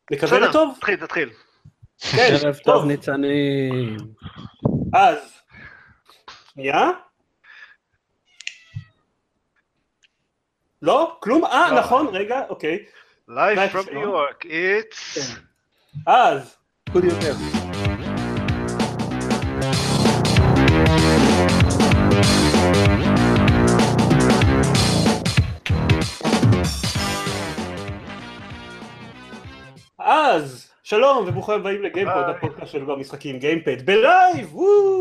נקווה לטוב. תתחיל. כן, ערב טוב ניצנים. אז, שנייה. לא? כלום? נכון, רגע, אוקיי. Live from New York, it's... אז, קודי יותר. אז, שלום וברוכים הבאים לגיימפוד, הפודקאסט של המשחקים גיימפד, בלייב!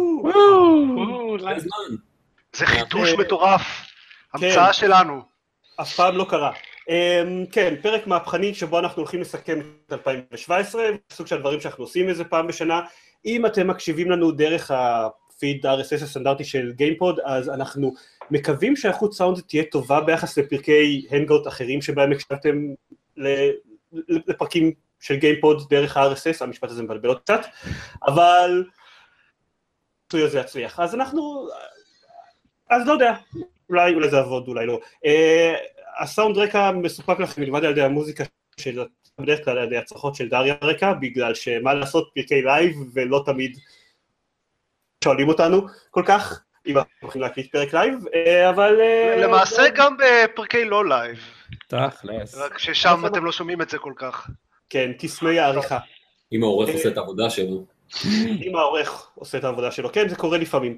זה חידוש מטורף, המצאה שלנו. אף פעם לא קרה. כן, פרק מהפכני שבו אנחנו הולכים לסכם את 2017, סוג של דברים שאנחנו עושים איזה פעם בשנה. אם אתם מקשיבים לנו דרך הפיד RSS הסטנדרטי של גיימפוד, אז אנחנו מקווים שהאיכות סאונד תהיה טובה ביחס לפרקי הנגאוט אחרים שבהם הקשבתם לפרקים של גיימפוד דרך ה-RSS, המשפט הזה מבלבל עוד קצת, אבל זה יצליח. אז לא יודע, אולי זה עבוד, אולי לא. הסאונד רקע מסופק לכם מלבד על ידי המוזיקה של, בדרך כלל על ידי הצרחות של דריה רקע, בגלל שמה לעשות פרקי לייב ולא תמיד שואלים אותנו כל כך, אם אנחנו הולכים להקליט פרק לייב, אבל... למעשה גם בפרקי לא לייב. תכלס. רק ששם אתם לא שומעים את זה כל כך. כן, קסמי העריכה. אם העורך עושה את העבודה שלו. אם העורך עושה את העבודה שלו, כן, זה קורה לפעמים.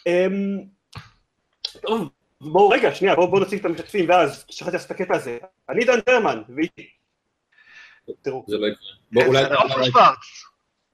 טוב, בואו רגע, שנייה, בואו נציג את המשתתפים, ואז שכחתי לעשות את הקטע הזה. אני דן דרמן, ואיתי. תראו. זה לא יקרה. זה עופר שוורץ.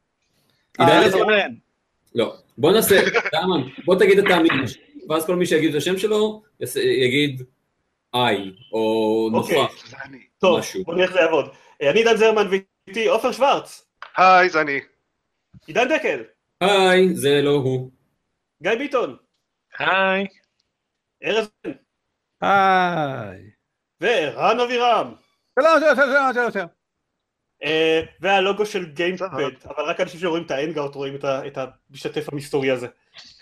לא, בוא נעשה, דרמן, בוא תגיד את העמיד, ואז כל מי שיגיד את השם שלו, יגיד איי, או נוכח. טוב, בוא נראה איך זה יעבוד. אני דן זרמן, ואיתי עופר שוורץ. היי, זה אני. עידן דקל. היי, זה לא הוא. גיא ביטון. היי. ארז בן. היי. ורן אבירם. שלום. והלוגו של גיימפד, אבל רק אנשים שרואים את האנגאוט רואים את המשתתף המסתורי הזה.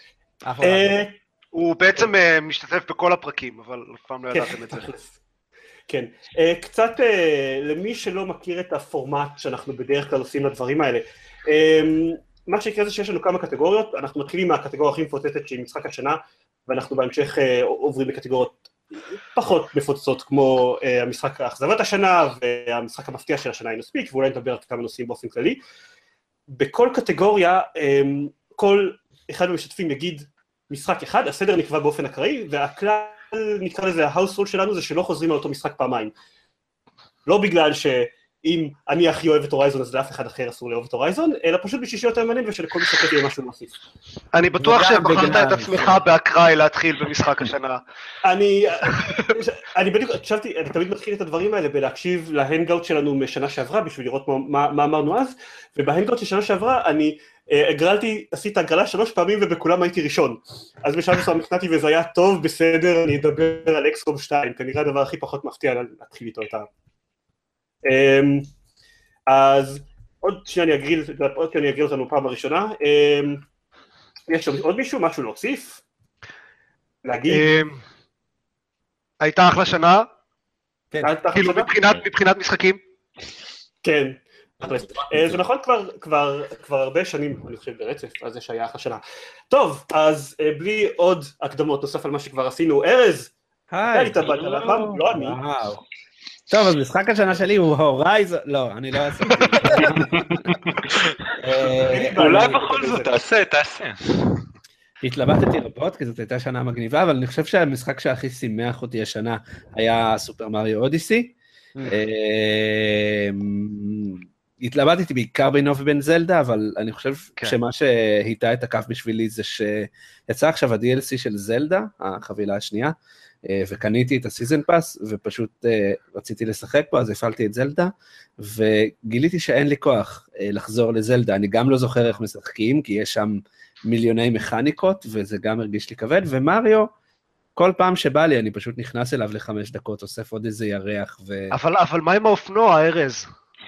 הוא בעצם משתתף בכל הפרקים, אבל אף פעם לא ידעתם את זה. כן, קצת למי שלא מכיר את הפורמט שאנחנו בדרך כלל עושים לדברים האלה, מה שיקרה זה שיש לנו כמה קטגוריות, אנחנו מתחילים מהקטגוריה הכי מפוצצת שהיא משחק השנה, ואנחנו בהמשך עוברים לקטגוריות פחות מפוצצות כמו המשחק האכזבת השנה והמשחק המפתיע של השנה אינספיק, ואולי נדבר על כמה נושאים באופן כללי. בכל קטגוריה, כל אחד מהמשתתפים יגיד משחק אחד, הסדר נקבע באופן אקראי, והכלל נקרא לזה, ההאוס רול שלנו זה שלא חוזרים על אותו משחק פעמיים. לא בגלל שאם אני הכי אוהב את הורייזון, אז לאף אחד אחר אסור לאהוב את הורייזון, אלא פשוט בשביל שיותר מעניין ושלכל משחק יהיה משהו מוסיף. אני בטוח שבחרת את עצמך באקראי להתחיל במשחק השנה. אני בדיוק, אני תמיד מתחיל את הדברים האלה בלהקשיב להנגאוט שלנו משנה שעברה, בשביל לראות מה אמרנו אז, ובהנגאוט של שנה שעברה אני עשיתי הגרלה 3 פעמים ובכולם הייתי ראשון. אז בשלב מסוים נכנעתי וזה היה טוב, בסדר, אני אדבר על אקסקום 2, כנראה הדבר הכי פחות מפתיע להתחיל איתו את אז עוד שנייה אני אגריל אותנו פעם הראשונה. יש עוד מישהו, משהו להוסיף? להגיד? הייתה אחלה שנה? כאילו מבחינת משחקים? כן. זה נכון כבר הרבה שנים, אני חושב ברצף, אז זה שהיה אחלה שנה. טוב, אז בלי עוד הקדמות נוסף על מה שכבר עשינו, ארז! היי! לא אני. טוב, אז משחק השנה שלי הוא הורייזון, לא, אני לא אעשה. אולי בכל זאת, תעשה. התלבטתי רבות, כי זאת הייתה שנה מגניבה, אבל אני חושב שהמשחק שהכי שימח אותי השנה היה סופר מריו אודיסי. התלבטתי בעיקר בינו ובין זלדה, אבל אני חושב שמה שהיטה את הכף בשבילי זה שיצא עכשיו ה-DLC של זלדה, החבילה השנייה, וקניתי את הסיזן פאס, ופשוט רציתי לשחק פה, אז הפעלתי את זלדה, וגיליתי שאין לי כוח לחזור לזלדה, אני גם לא זוכר איך משחקים, כי יש שם מיליוני מכניקות, וזה גם הרגיש לי כבד, ומריו, כל פעם שבא לי, אני פשוט נכנס אליו ל5 דקות, אוסף עוד איזה ירח, אבל מה עם האופנוע, ארז?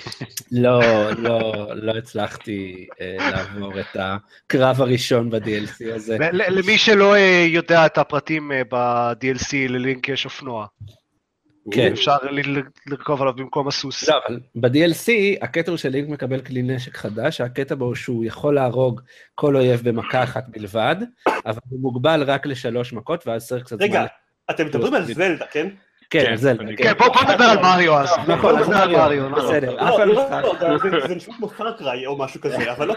לא הצלחתי לעבור את הקרב הראשון ב-DLC הזה. למי שלא יודע את הפרטים ב-DLC ללינק יש אופנוע. כן. אפשר לרכוב עליו במקום הסוס. לא, אבל ב-DLC הקטע הוא שלינק מקבל כלי נשק חדש, הקטע בו שהוא יכול להרוג כל אויב במכה אחת בלבד, אבל הוא מוגבל רק ל3 מכות, ואז צריך קצת זמן. רגע, אתם מדברים על זלדה, כן? כן, זלדה. כן, בוא נדבר על מריו אז. נכון, מריו, בסדר. זה נשמע כמו פארקריי או משהו כזה, אבל לא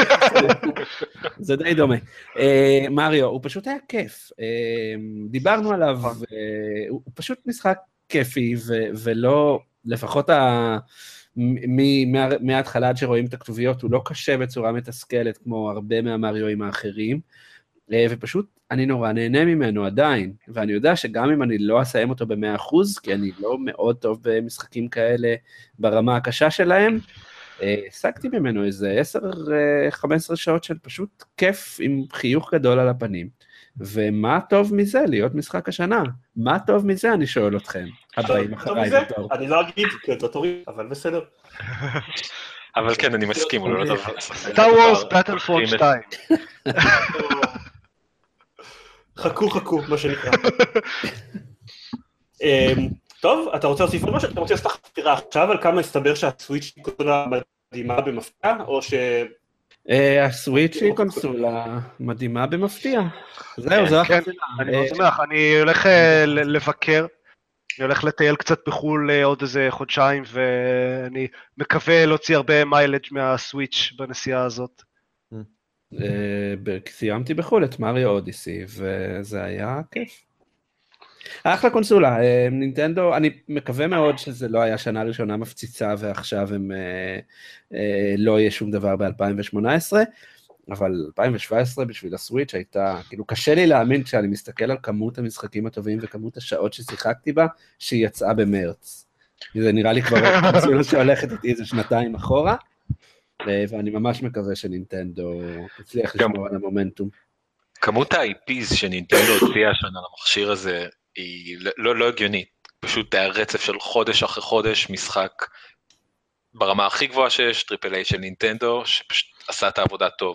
זה די דומה. מריו, הוא פשוט היה כיף. דיברנו עליו, הוא פשוט משחק כיפי, ולא, לפחות מההתחלה עד שרואים את הכתוביות, הוא לא קשה בצורה מתסכלת, כמו הרבה מהמריואים האחרים, ופשוט אני נורא נהנה ממנו עדיין, ואני יודע שגם אם אני לא אסיים אותו ב100%, כי אני לא מאוד טוב במשחקים כאלה ברמה הקשה שלהם, השגתי ממנו איזה 10-15 שעות של פשוט כיף עם חיוך גדול על הפנים, ומה טוב מזה להיות משחק השנה? מה טוב מזה אני שואל אתכם, הבאים אחריי בתור. אני לא אגיד, כי את לא תוריד, אבל בסדר. אבל כן, אני מסכים, הוא לא דבר. סטאר וורס באטלפרונט 2. חכו, מה שנקרא. טוב, אתה רוצה להוסיף עוד משהו? אתה רוצה לעשות חפירה עכשיו על כמה הסתבר שהסוויץ' היא קונסולה מדהימה במפתיע, או ש... הסוויץ' היא קונסולה מדהימה במפתיע. זהו, זה החפירה. אני מאוד שמח, אני הולך לבקר, אני הולך לטייל קצת בחול עוד איזה חודשיים, ואני מקווה להוציא הרבה מיילג' מהסוויץ' בנסיעה הזאת. סיימתי בחול את מריו אודיסי, וזה היה כיף. אחלה קונסולה, נינטנדו, אני מקווה מאוד שזה לא היה שנה ראשונה מפציצה, ועכשיו הם לא יהיה שום דבר ב-2018, אבל 2017 בשביל הסוויץ' הייתה, כאילו קשה לי להאמין כשאני מסתכל על כמות המשחקים הטובים, וכמות השעות ששיחקתי בה, שהיא יצאה במרץ. זה נראה לי כבר קונסולה שהולכת איתי איזה 2 אחורה, ואני ממש מקווה שנינטנדו תצליח לשמור על המומנטום. כמות ה-IPs שנינטנדו הוציאה השנה למכשיר הזה היא לא הגיונית, פשוט היה רצף של חודש אחרי חודש, משחק ברמה הכי גבוהה שיש, טריפל איי של נינטנדו, שפשוט עשה את העבודה טוב.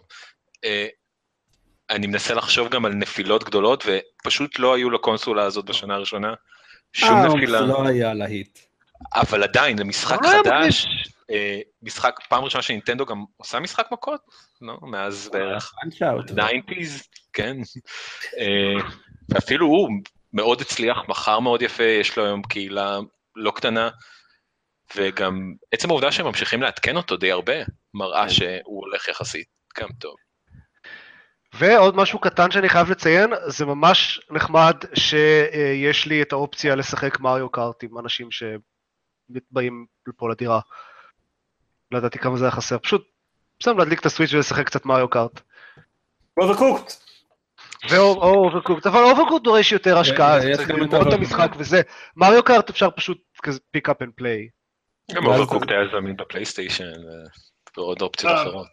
אני מנסה לחשוב גם על נפילות גדולות, ופשוט לא היו לקונסולה הזאת בשנה הראשונה, שום נפילה. זה לא היה להיט. אבל עדיין, זה משחק חדש, משחק, פעם ראשונה שנינטנדו גם עושה משחק מכות, לא? מאז בערך 90s, כן. ואפילו הוא מאוד הצליח, מחר מאוד יפה, יש לו היום קהילה לא קטנה, וגם עצם העובדה שהם ממשיכים להתקן אותו די הרבה, מראה שהוא הולך יחסית גם טוב. ועוד משהו קטן שאני חייב לציין, זה ממש נחמד שיש לי את האופציה לשחק מריו קארט עם אנשים שבאים לפה לדירה. לא ידעתי כמה זה היה חסר, פשוט שם להדליק את הסוויץ' ולשחק קצת מריו קארט. אוברקוקט. אוברקוקט, אבל אוברקוקט דורש יותר השקעה, צריך גם ללמוד את המשחק וזה. מריו קארט אפשר פשוט כזה פיק אפ אנד פליי. גם אוברקוקט היה זמין בפלייסטיישן ועוד אופציות אחרות.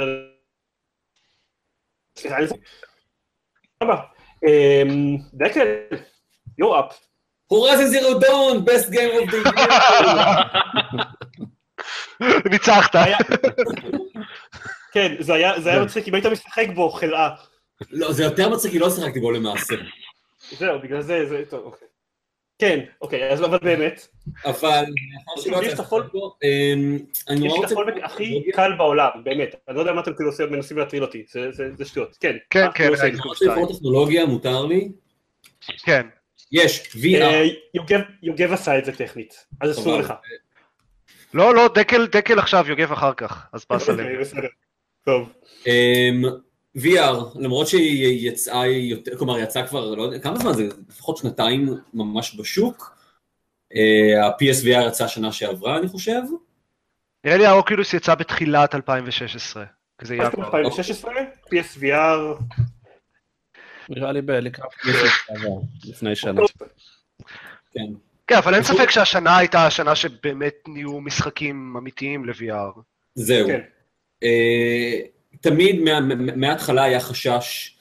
סליחה, אני סליחה. דקל, you're up. הורייזן זירו דון, best game of the year. ניצחת. כן, זה היה מצחיק, אם היית משחק בו חלאה. לא, זה יותר מצחיק, כי לא שחקתי בו למעשה. זהו, בגלל זה, טוב, אוקיי. כן, אוקיי, אז אבל באמת. אבל, יש את החול הכי קל בעולם, באמת. אני לא יודע מה אתם כאילו מנסים להטריל אותי, זה שטויות. כן. כן. טכנולוגיה, מותר לי? כן. יש, VR. יוגב עשה את זה טכנית, אז אסור לך. לא, דקל עכשיו, יוגב אחר כך, אז פס עליהם. בסדר, טוב. VR, למרות שהיא יצאה יותר, כלומר יצאה כבר, לא יודע, כמה זמן זה? לפחות 2 ממש בשוק. ה-PSVR יצא שנה שעברה, אני חושב. נראה לי האוקילוס יצא בתחילת 2016. 2016? PSVR? נראה לי לקראת לפני שנה. כן, אבל אין ספק שהשנה הייתה השנה שבאמת נהיו משחקים אמיתיים ל-VR. זהו. תמיד מההתחלה היה חשש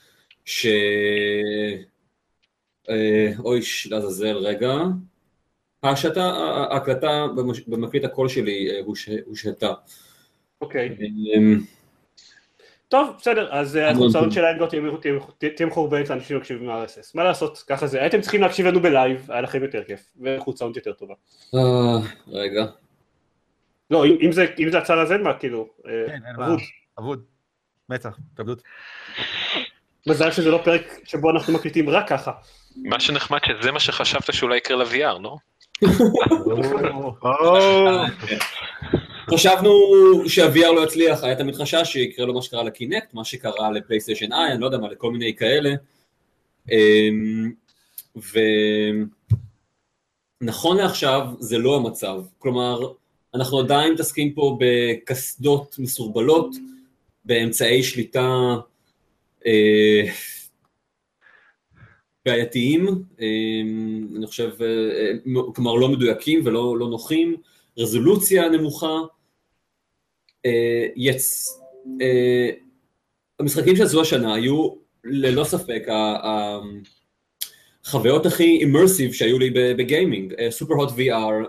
אוי, לעזאזל, רגע. ההקלטה במקליט הקול שלי הושהתה. אוקיי. טוב, בסדר, אז התוצאות שלהם לא תהיה מחורבנת לאנשים להקשיב מ-RSS. מה לעשות? ככה זה. הייתם צריכים להקשיב לנו בלייב, היה לכם יותר כיף, וחוצאות יותר טובה. רגע. לא, אם זה הצעה לזן, מה, כאילו, אבוד. מצח, תבדות. מזל שזה לא פרק שבו אנחנו מקליטים רק ככה. מה שנחמד שזה מה שחשבת שאולי יקרה ל-VR, לא? חשבנו שה-VR לא יצליח, היה תמיד חשש שיקרה לו מה שקרה לקינקט, מה שקרה לפלייסטיישן איי, אני לא יודע מה, לכל מיני כאלה. ונכון לעכשיו זה לא המצב, כלומר, אנחנו עדיין מתעסקים פה בקסדות מסורבלות, באמצעי שליטה בעייתיים, אני חושב, כלומר לא מדויקים ולא נוחים, רזולוציה נמוכה, המשחקים שעשו השנה היו ללא ספק החוויות הכי אימרסיב שהיו לי בגיימינג, סופר הוט VR,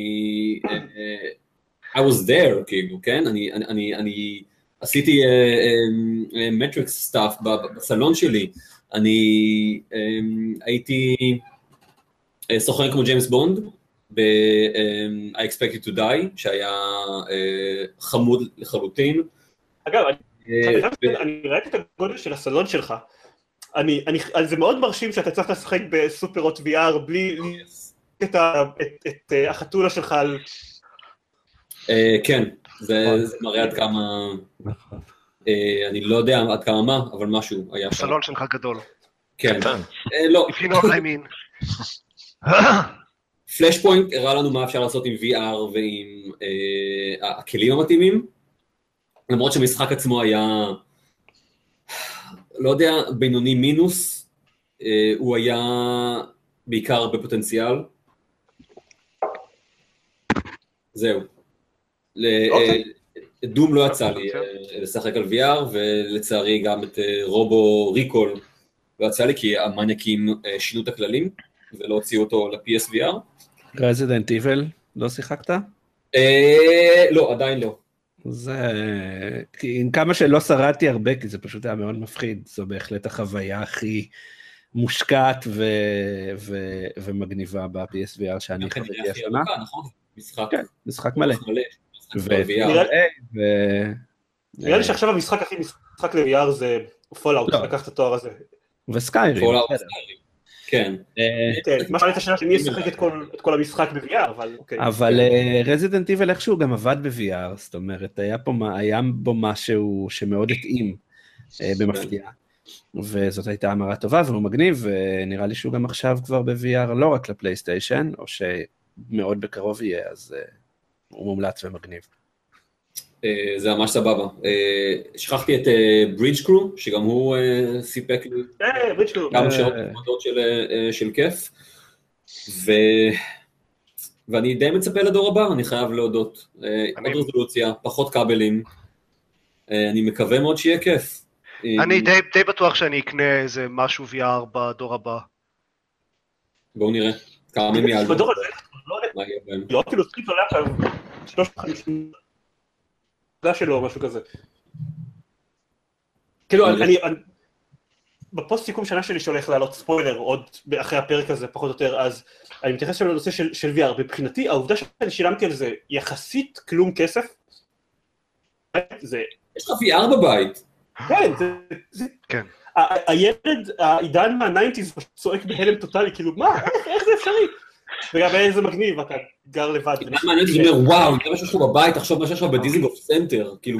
I was there, כאילו, כן? אני עשיתי מטריקס סטאפ בסלון שלי, אני הייתי סוכן כמו ג'יימס בונד, ב-I Expected to Die, שהיה חמוד לחלוטין. אגב, אני ראיתי את הגודל של הסלון שלך, זה מאוד מרשים שאתה צריך לשחק בסופר הוט VR בלי את החתולה שלך על... כן, זה מראה עד כמה, אני לא יודע עד כמה מה, אבל משהו היה שם. הסלון שלך גדול. כן. לא. If you know what I mean. פלאש פוינט הראה לנו מה אפשר לעשות עם VR ועם הכלים המתאימים, למרות שהמשחק עצמו היה, לא יודע, בינוני מינוס, הוא היה בעיקר בפוטנציאל. זהו. דום לא יצא לי לשחק על VR, ולצערי גם את רובו ריקול לא יצא לי, כי המניאקים שינו את הכללים, ולא הוציאו אותו ל-PSVR. רזידנט איבל, לא שיחקת? לא, עדיין לא. זה, עם כמה שלא שרדתי הרבה, כי זה פשוט היה מאוד מפחיד, זו בהחלט החוויה הכי מושקעת ומגניבה ב-PSVR שאני חוויתי השנה. משחק מלא. נראה לי שעכשיו המשחק הכי משחק ל-VR זה פולאאוט, לקח את התואר הזה. וסקיירים. כן. מה שעלית השאלה שמי ישחק את כל המשחק ב-VR, אבל אוקיי. אבל רזידנט איבל איכשהו גם עבד ב-VR, זאת אומרת, היה בו משהו שמאוד התאים במפתיע, וזאת הייתה אמרה טובה והוא מגניב, ונראה לי שהוא גם עכשיו כבר ב-VR לא רק לפלייסטיישן, או שמאוד בקרוב יהיה, אז הוא מומלץ ומגניב. זה ממש סבבה. שכחתי את ברידג' קרו, שגם הוא סיפק לי כמה שעות נקודות של כיף, ואני די מצפה לדור הבא, אני חייב להודות. עוד רזולוציה, פחות כבלים, אני מקווה מאוד שיהיה כיף. אני די בטוח שאני אקנה איזה משהו VR בדור הבא. בואו נראה, כמה הם יעלו. בדור הזה, לא אפילו סטריפ עולה עכשיו 350 שלו, משהו כזה. כאילו, אני בפוסט סיכום שנה שלי שהולך לעלות ספוילר עוד אחרי הפרק הזה, פחות או יותר, אז אני מתייחס שם לנושא של VR. בבחינתי, העובדה שאני שילמתי על זה יחסית כלום כסף, זה... יש לך VR בבית. כן, זה... הילד, העידן מה-90s צועק בהלם טוטלי, כאילו, מה? איך זה אפשרי? וגם איזה מגניב, אתה גר לבד. מה מעניין, זה אומר, וואו, אני חושב שלך בבית, תחשוב מה שיש לך בדיזינגוף סנטר, כאילו.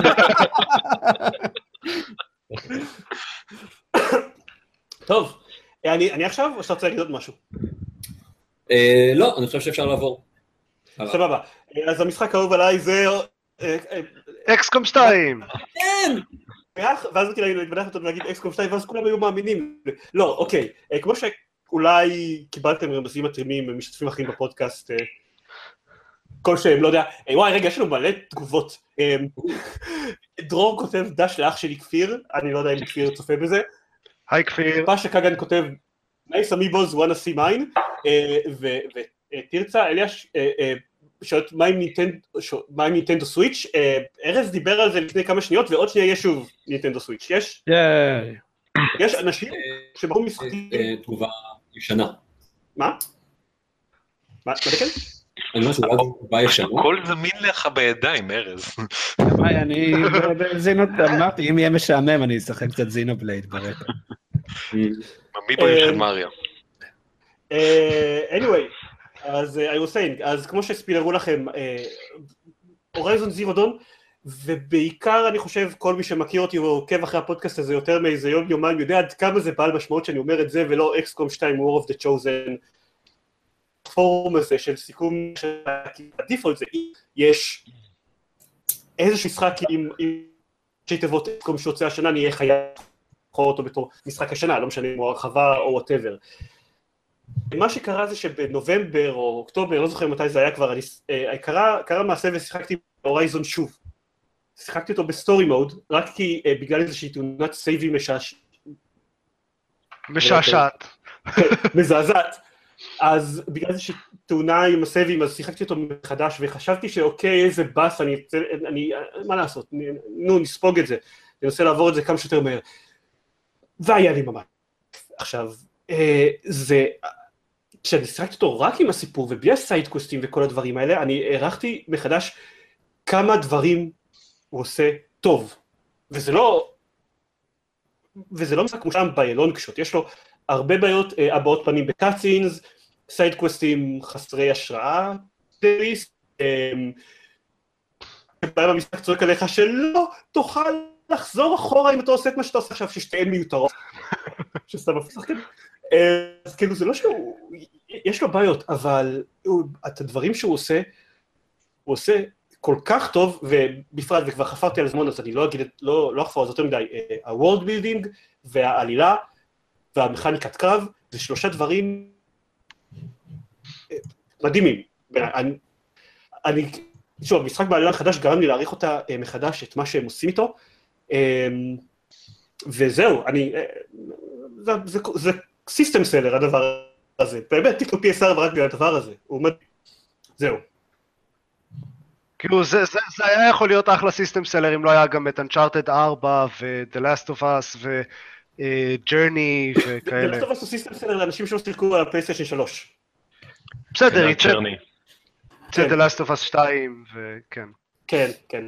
טוב, אני עכשיו, או שאתה רוצה להגיד עוד משהו? לא, אני חושב שאפשר לעבור. סבבה, אז המשחק האהוב עליי זה... אקסקום 2! כן! ואז באתי להתבדח אותו ולהגיד אקסקום 2, ואז כולם היו מאמינים. לא, אוקיי, כמו שאולי קיבלתם רמזים מתרימים ממשתתפים אחרים בפודקאסט, כלשהם, לא יודע, וואי, רגע, יש לנו מלא תגובות. דרור כותב דש לאח שלי כפיר, אני לא יודע אם כפיר צופה בזה. היי כפיר. פאשה קגן כותב, nice amigos, wanna see mine, ותרצה, אליאש שואלת מה עם ניטנדו סוויץ', ארז דיבר על זה לפני כמה שניות, ועוד שנייה יש שוב ניטנדו סוויץ', יש אנשים שבאו משחקים... תגובה ישנה. מה? מה כן? אני אומר שאולי תגובה ישנה. הכל זמין לך בידיים, ארז. אני בזינות, אמרתי, אם יהיה משעמם, אני אשחק קצת זינובלייד ברקע. המיבוים של מריו. anyway, אז I was saying, אז כמו שספילרו לכם, הורייזון זירו דון, ובעיקר אני חושב כל מי שמכיר אותי ועוקב אחרי הפודקאסט הזה יותר מאיזה יומיים יודע עד כמה זה בעל משמעות שאני אומר את זה ולא XCOM 2 War of the Chosen פורום הזה של סיכום של הדיפולט זה יש איזשהו משחק עם שתיבות XCOM שיוצא השנה אני אהיה חייב לבחור אותו בתור משחק השנה, לא משנה אם הוא הרחבה או whatever. מה שקרה זה שבנובמבר או אוקטובר, לא זוכר מתי זה היה כבר, קרה מעשה ושיחקתי בהורייזון שוב. שיחקתי אותו בסטורי מוד, רק כי בגלל איזושהי תאונת סייבים משעשעת. מזעזעת. אז בגלל איזושהי תאונה עם הסייבים, אז שיחקתי אותו מחדש, וחשבתי שאוקיי, איזה בס, מה לעשות, נספוג את זה, ננסה לעבור את זה כמה שיותר מהר. והיה לי ממש. עכשיו, כשאני שיחקתי אותו רק עם הסיפור, ובלי הסיידקווסטים וכל הדברים האלה, אני ערכתי מחדש כמה דברים הוא עושה טוב, וזה לא משחק מושלם באיילון קשות, יש לו הרבה בעיות, הבעות פנים בקאצינס, סיידקווסטים חסרי השראה, בהם המשחק צועק עליך שלא תוכל לחזור אחורה אם אתה עושה את מה שאתה עושה עכשיו, ששתיהן מיותרות, שסתם מפסח כזה, אז כאילו זה לא שהוא, יש לו בעיות, אבל את הדברים שהוא עושה, הוא עושה כל כך טוב, ובפרט וכבר חפרתי על זמן, אז אני לא אגיד, לא אחפור על זה יותר מדי, ה-world building והעלילה והמכניקת קרב, זה שלושה דברים מדהימים. שוב, המשחק בעלילה חדש גרם לי להעריך אותה מחדש את מה שהם עושים איתו, וזהו, זה סיסטם סלר הדבר הזה, באמת תקנו PSR ורק בגלל הדבר הזה, זהו. כאילו זה היה יכול להיות אחלה סיסטם סלר אם לא היה גם את Uncharted 4 ו-The Last of Us ו-Journey וכאלה. The Last of Us הוא סיסטם סלר לאנשים שלא שיחקו על הפלייסטיישן 3. בסדר, יצא The Last of Us 2 וכן. כן, כן.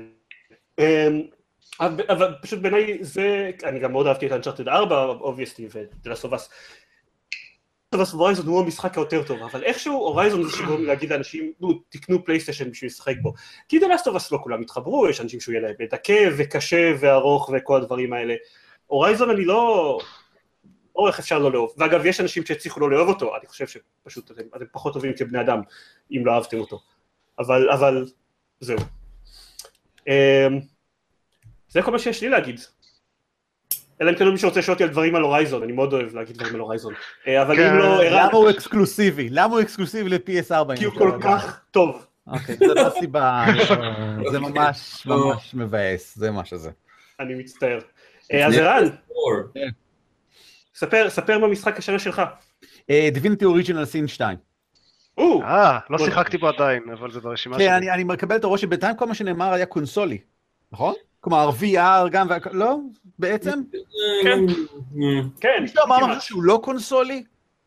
אבל פשוט בעיניי זה, אני גם מאוד אהבתי את Uncharted 4, obviously, ו-The Last of Us. הורייזון הוא המשחק היותר טוב, אבל איכשהו הורייזון זה שגורם להגיד לאנשים, תקנו פלייסטיישן בשביל לשחק בו. כי The Last of Us לא כולם התחברו, יש אנשים שהוא יהיה להם מדכא וקשה וארוך וכל הדברים האלה. הורייזון אני לא איך אפשר לא לאהוב. ואגב, יש אנשים שהצליחו לא לאהוב אותו, אני חושב שפשוט אתם פחות טובים כבני אדם, אם לא אהבתם אותו. אבל זהו. זה כל מה שיש לי להגיד. אלא אם כן מי שרוצה לשאול אותי על דברים על הורייזון, אני מאוד אוהב להגיד דברים על הורייזון. אבל אם לא... למה הוא אקסקלוסיבי? למה הוא אקסקלוסיבי ל-PS4? כי הוא כל כך טוב. אוקיי, זאת הסיבה, זה ממש ממש מבאס, זה מה שזה. אני מצטער. אז ערן, ספר מה משחק השנה שלך. Divinity Original Sin 2. לא שיחקתי בו עדיין, אבל זה ברשימה שלי. כן, אני מקבל את הראש שבינתיים כל מה שנאמר היה קונסולי, נכון? כלומר, VR גם, לא? בעצם? כן. כן. מישהו אמר משהו שהוא לא קונסולי?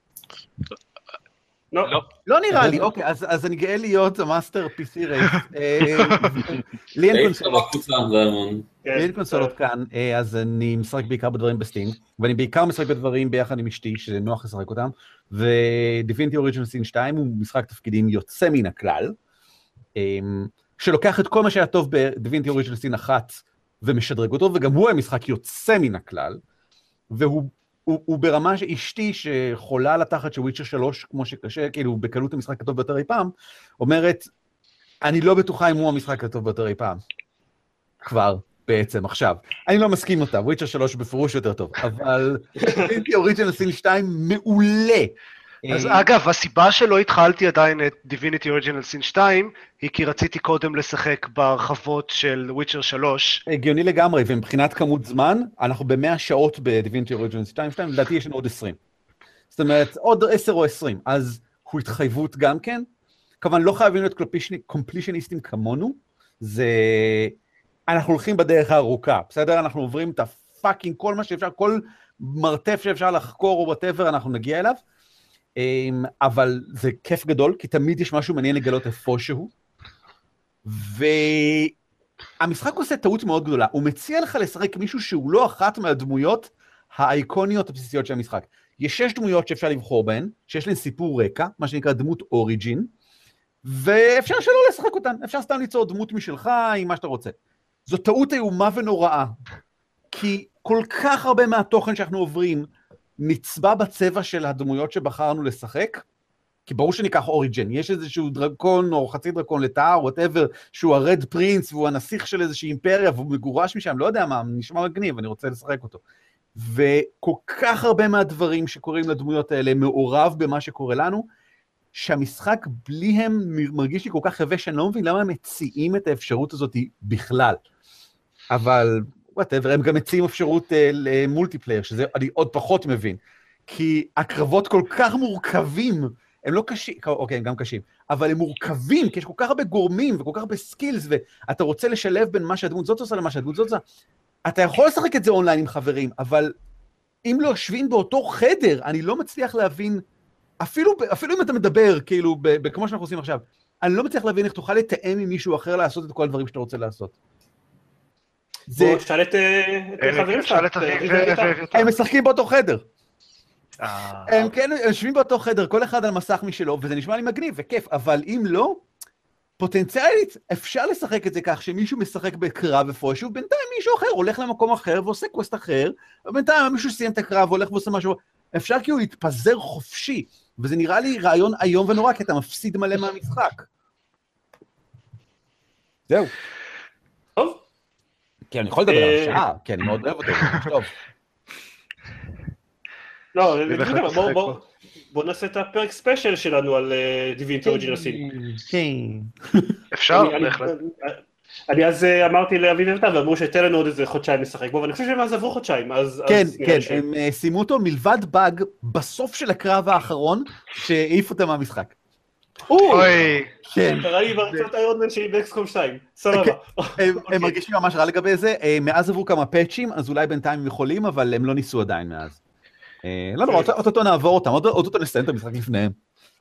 לא. לא נראה לי, אוקיי, אז אני גאה להיות המאסטר PC רייס. לי אין קונסולות. לי אין קונסולות כאן, אז אני משחק בעיקר בדברים בסטינג, ואני בעיקר משחק בדברים ביחד עם אשתי, שנוח לשחק אותם, ו-Divinity Original Sin 2 הוא משחק תפקידים יוצא מן הכלל, שלוקח את כל מה שהיה טוב ב-Divinity Original Sin 1 ומשדרג אותו, וגם הוא היה משחק יוצא מן הכלל, והוא ברמה שאשתי שחולה על התחת של וויצ'ר 3, כמו שקשה, כאילו בקלות המשחק הטוב ביותר אי פעם, אומרת, אני לא בטוחה אם הוא המשחק הטוב ביותר אי פעם. כבר, בעצם, עכשיו. אני לא מסכים אותה, וויצ'ר 3 בפירוש יותר טוב, אבל Divinity Original Sin 2 מעולה. אז אגב, הסיבה שלא התחלתי עדיין את Divinity Original Sin 2, היא כי רציתי קודם לשחק בהרחבות של וויצ'ר 3. הגיוני לגמרי, ומבחינת כמות זמן, אנחנו ב-100 שעות ב-Divinity Original Sin 2, לדעתי יש לנו עוד 20. זאת אומרת, עוד 10 או 20, אז הוא התחייבות גם כן, כמובן לא חייבים להיות קומפלישניסטים כמונו, אנחנו הולכים בדרך הארוכה, בסדר? אנחנו עוברים את הפאקינג, כל מה שאפשר, כל מרתף שאפשר לחקור או whatever, אנחנו נגיע אליו, אבל זה כיף גדול, כי תמיד יש משהו מעניין לגלות איפשהו, והמשחק עושה טעות מאוד גדולה, הוא מציע לך לשחק מישהו שהוא לא אחת מהדמויות האיקוניות הבסיסיות של המשחק. יש 6 דמויות שאפשר לבחור בהן, שיש להן סיפור רקע, מה שנקרא דמות אוריג'ין, ואפשר שלא לשחק אותן, אפשר סתם ליצור דמות משלך עם מה שאתה רוצה. זו טעות איומה ונוראה, כי כל כך הרבה מהתוכן שאנחנו עוברים נצבע בצבע של הדמויות שבחרנו לשחק, כי ברור שניקח אוריג'ן, יש איזשהו דרקון או חצי דרקון לטאר, whatever, שהוא הרד פרינס והוא הנסיך של איזושהי אימפריה והוא מגורש משם, לא יודע מה, נשמע מגניב, אני רוצה לשחק אותו. וכל כך הרבה מהדברים שקוראים לדמויות האלה מעורב במה שקורה לנו, שהמשחק בלי הם מרגיש לי כל כך חווה שאני לא מבין למה הם מציעים את האפשרות הזאת בכלל. אבל whatever, הם גם מציעים אפשרות למולטיפלייר, שזה אני עוד פחות מבין. כי הקרבות כל כך מורכבים, הם לא קשים, אוקיי, הם גם קשים, אבל הם מורכבים, כי יש כל כך הרבה גורמים וכל כך הרבה סקילס, ואתה רוצה לשלב בין מה שהדמות זאת עושה למה שהדמות זאת עושה. אתה יכול לשחק את זה אונליין עם חברים, אבל אם לא יושבים באותו חדר, אני לא מצליח להבין, אפילו אם אתה מדבר, כאילו, כמו שאנחנו עושים עכשיו, אני לא מצליח להבין איך תוכל לתאם עם מישהו אחר לעשות את כל הדברים שאתה רוצה לעשות. בוא, שאל את החברים שלך. הם משחקים באותו חדר. הם כן, יושבים באותו חדר, כל אחד על מסך משלו, וזה נשמע לי מגניב וכיף, אבל אם לא, פוטנציאלית אפשר לשחק את זה כך שמישהו משחק בקרב איפשהו, בינתיים מישהו אחר הולך למקום אחר ועושה קווסט אחר, ובינתיים מישהו סיים את הקרב והולך ועושה משהו, אפשר כאילו להתפזר חופשי, וזה נראה לי רעיון איום ונורא, כי אתה מפסיד מלא מהמשחק. זהו. טוב. כי אני יכול לדבר על שעה, כי אני מאוד אוהב אותו, טוב. לא, בוא נעשה את הפרק ספיישל שלנו על דיווינטי אוריג'ינל סין. אפשר, בהחלט. אני אז אמרתי לאביב ובתה, ואמרו שתן לנו עוד איזה חודשיים לשחק בו, ואני חושב שהם אז עברו חודשיים, אז... כן, כן, הם סיימו אותו מלבד באג בסוף של הקרב האחרון, שהעיף אותם מהמשחק. אוי, כן. קרא לי בארצות איירון מן שלי באקסקום 2, סבבה. הם מרגישים ממש רע לגבי זה, מאז עברו כמה פאצ'ים, אז אולי בינתיים הם יכולים, אבל הם לא ניסו עדיין מאז. לא נורא, אותו נעבור אותם, אותו נסיים את המשחק לפניהם.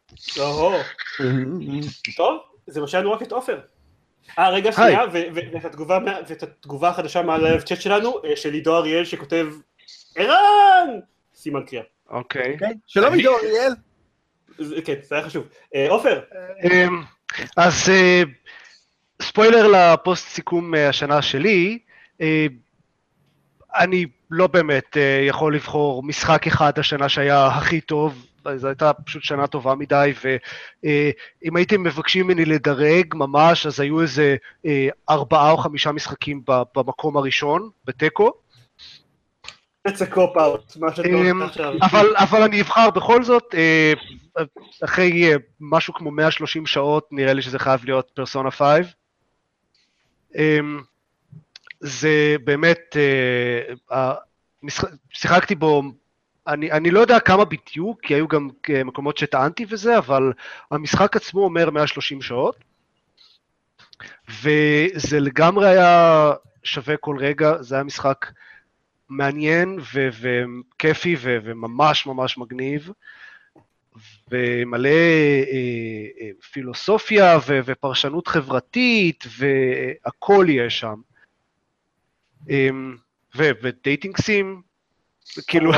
טוב, זה מה שהיה רק את אופר. רגע שנייה, ואת התגובה החדשה מהלייב צ'אט שלנו, של עידו אריאל שכותב, ערן! סימן קריאה. אוקיי. שלום עידו אריאל. כן, זה היה חשוב. אופר. אז ספוילר לפוסט סיכום השנה שלי, אני לא באמת יכול לבחור משחק אחד השנה שהיה הכי טוב, זו הייתה פשוט שנה טובה מדי, ואם הייתם מבקשים ממני לדרג ממש, אז היו איזה 4 או 5 משחקים במקום הראשון, בטקו. It's a cop-out, מה שאתה עושה עכשיו. אבל אני אבחר בכל זאת, אחרי משהו כמו 130 שעות, נראה לי שזה חייב להיות פרסונה 5. זה באמת, שיחקתי בו, אני לא יודע כמה בדיוק, כי היו גם מקומות שטענתי וזה, אבל המשחק עצמו אומר 130 שעות, וזה לגמרי היה שווה כל רגע, זה היה משחק מעניין וכיפי וממש ממש מגניב, ומלא פילוסופיה ופרשנות חברתית, והכל יש שם. ודייטינג סים, כאילו,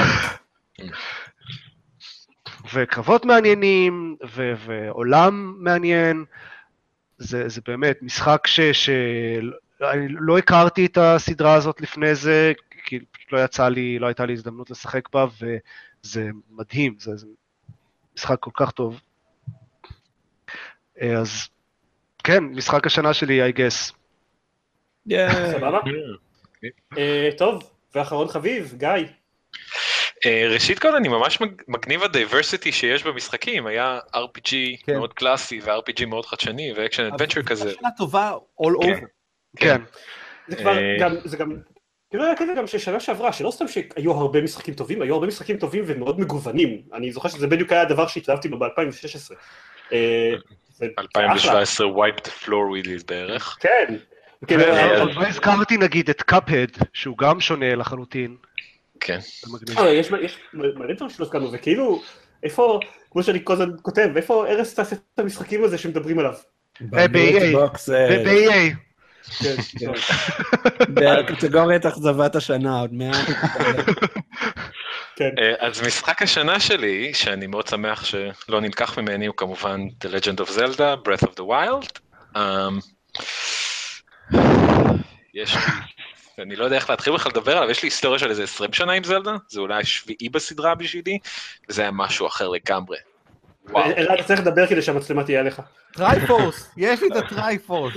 וקרבות מעניינים, ועולם מעניין, זה באמת משחק אני לא הכרתי את הסדרה הזאת לפני זה, כי לא הייתה לי הזדמנות לשחק בה, וזה מדהים, זה משחק כל כך טוב. אז כן, משחק השנה שלי, I guess. סבבה? טוב, ואחרון חביב, גיא. ראשית כל, אני ממש מגניב הדייברסיטי שיש במשחקים, היה RPG מאוד קלאסי, ו-RPG מאוד חדשני, ואקשן אדוונצ'ר כזה. שנה טובה, all over. כן. זה גם, כאילו היה כזה גם ששנה שעברה, שלא סתם שהיו הרבה משחקים טובים, היו הרבה משחקים טובים ומאוד מגוונים. אני זוכר שזה בדיוק היה הדבר שהתלהבתי בו ב-2016. 2017 Wipe the Floor Wheelies בערך. כן. לא הזכרתי נגיד את Cuphead, שהוא גם שונה לחלוטין. כן. יש מלא דברים שלא הזכרנו, וכאילו, איפה, כמו שאני כל הזמן כותב, איפה ארז תעשה את המשחקים הזה שמדברים עליו? ב-EA. בקטגוריית אכזבת השנה, עוד 100. אז משחק השנה שלי, שאני מאוד שמח שלא נלקח ממני, הוא כמובן The Legend of Zelda, Breath of the Wild. יש לי, אני לא יודע איך להתחיל בכלל לדבר עליו, יש לי היסטוריה של איזה 20 שנה עם זלדה, זה אולי השביעי בסדרה בשבילי, וזה היה משהו אחר לגמרי. אלא אתה צריך לדבר כדי שהמצלמה תהיה עליך. טרייפורס, יש לי את הטרייפורס.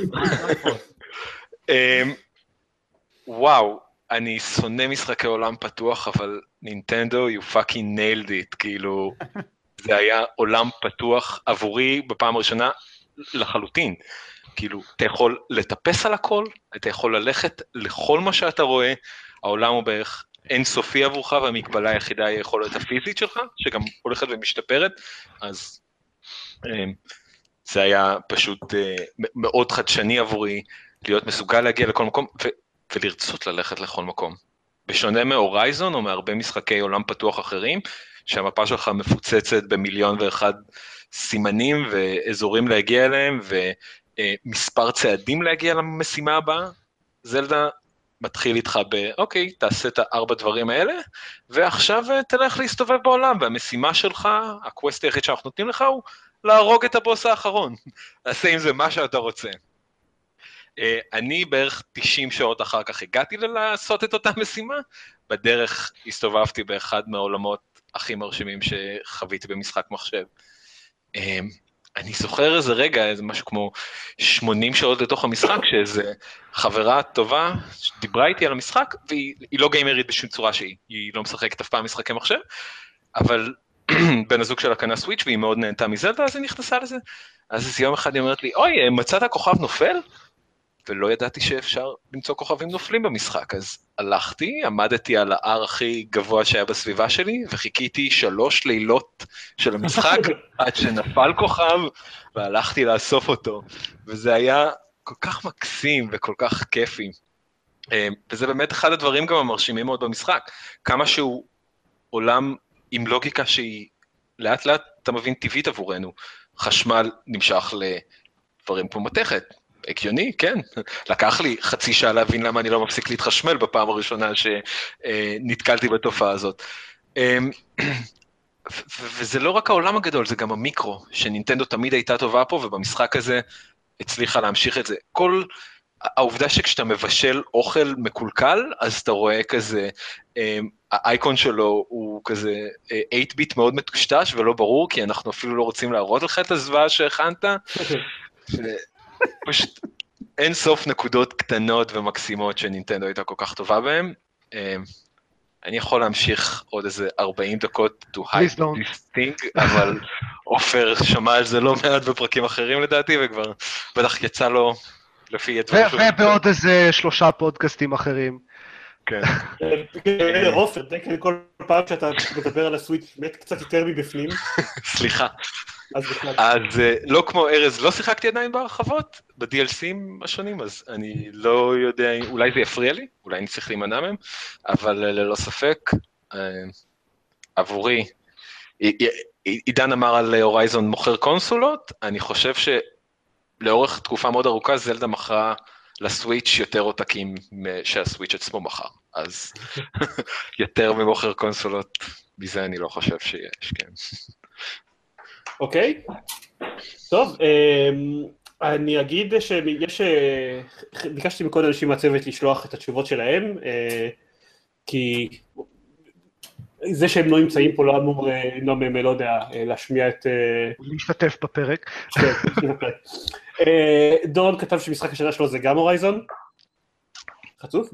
וואו, אני שונא משחקי עולם פתוח, אבל נינטנדו, you fucking nailed it, כאילו, זה היה עולם פתוח עבורי בפעם הראשונה לחלוטין. כאילו, אתה יכול לטפס על הכל, אתה יכול ללכת לכל מה שאתה רואה, העולם הוא בערך אינסופי עבורך, והמגבלה היחידה היא היכולת הפיזית שלך, שגם הולכת ומשתפרת, אז זה היה פשוט מאוד חדשני עבורי, להיות מסוגל להגיע לכל מקום, ולרצות ללכת לכל מקום. בשונה מהורייזון, או מהרבה משחקי עולם פתוח אחרים, שהמפה שלך מפוצצת במיליון ואחד סימנים, ואזורים להגיע אליהם, מספר צעדים להגיע למשימה הבאה, זלדה מתחיל איתך אוקיי, תעשה את 4 דברים האלה, ועכשיו תלך להסתובב בעולם, והמשימה שלך, הקווסט היחיד שאנחנו נותנים לך הוא, להרוג את הבוס האחרון, תעשה עם זה מה שאתה רוצה. אני בערך 90 שעות אחר כך הגעתי לעשות את אותה משימה, בדרך הסתובבתי באחד מהעולמות הכי מרשימים שחוויתי במשחק מחשב. אני זוכר איזה רגע, איזה משהו כמו 80 שעות לתוך המשחק, שאיזה חברה טובה דיברה איתי על המשחק, והיא לא גיימרית בשום צורה שהיא, היא לא משחקת אף פעם משחקי מחשב, אבל בן הזוג שלה קנה סוויץ' והיא מאוד נהנתה מזלדה, אז היא נכנסה לזה. אז יום אחד היא אומרת לי, אוי, מצאת כוכב נופל? ולא ידעתי שאפשר למצוא כוכבים נופלים במשחק, אז הלכתי, עמדתי על ההר הכי גבוה שהיה בסביבה שלי, וחיכיתי 3 לילות של המשחק, עד שנפל כוכב, והלכתי לאסוף אותו, וזה היה כל כך מקסים וכל כך כיפי, וזה באמת אחד הדברים גם המרשימים מאוד במשחק, כמה שהוא עולם עם לוגיקה שהיא לאט לאט, אתה מבין, טבעית עבורנו, חשמל נמשך לדברים כמו מתכת, הגיוני, כן. לקח לי חצי שעה להבין למה אני לא מפסיק להתחשמל בפעם הראשונה שנתקלתי בתופעה הזאת. וזה לא רק העולם הגדול, זה גם המיקרו, שנינטנדו תמיד הייתה טובה פה, ובמשחק הזה הצליחה להמשיך את זה. כל העובדה שכשאתה מבשל אוכל מקולקל, אז אתה רואה כזה, האייקון שלו הוא כזה 8-ביט מאוד מטושטש ולא ברור, כי אנחנו אפילו לא רוצים להראות לך את הזוועה שהכנת, פשוט אין סוף נקודות קטנות ומקסימות שנינטנדו הייתה כל כך טובה בהן. אני יכול להמשיך עוד איזה 40 דקות to hype this thing, אבל אופר שמע על זה לא מעט בפרקים אחרים לדעתי, וכבר בטח יצא לו לפי ידוע. ובעוד איזה 3 פודקאסטים אחרים. כן. אופר, כל פעם שאתה מדבר על הסוויץ' מת קצת יותר מבפנים. סליחה. אז לא כמו ארז, לא שיחקתי עדיין בהרחבות, ב-DLCים השונים, אז אני לא יודע, אולי זה יפריע לי, אולי אני צריך להימנע מהם, אבל ללא ספק, עבורי, עידן אמר על הורייזון מוכר קונסולות, אני חושב שלאורך תקופה מאוד ארוכה, זלדה מכרה לסוויץ' יותר עותקים שהסוויץ' עצמו מכר, אז יותר ממוכר קונסולות, בזה אני לא חושב שיש, כן. אוקיי, טוב, אני אגיד שיש, ביקשתי מכל אנשים מהצוות לשלוח את התשובות שלהם, כי זה שהם לא נמצאים פה לא אמור, לא יודע, להשמיע את... להשתתף בפרק. דון כתב שמשחק השנה שלו זה גם הורייזון, חצוף,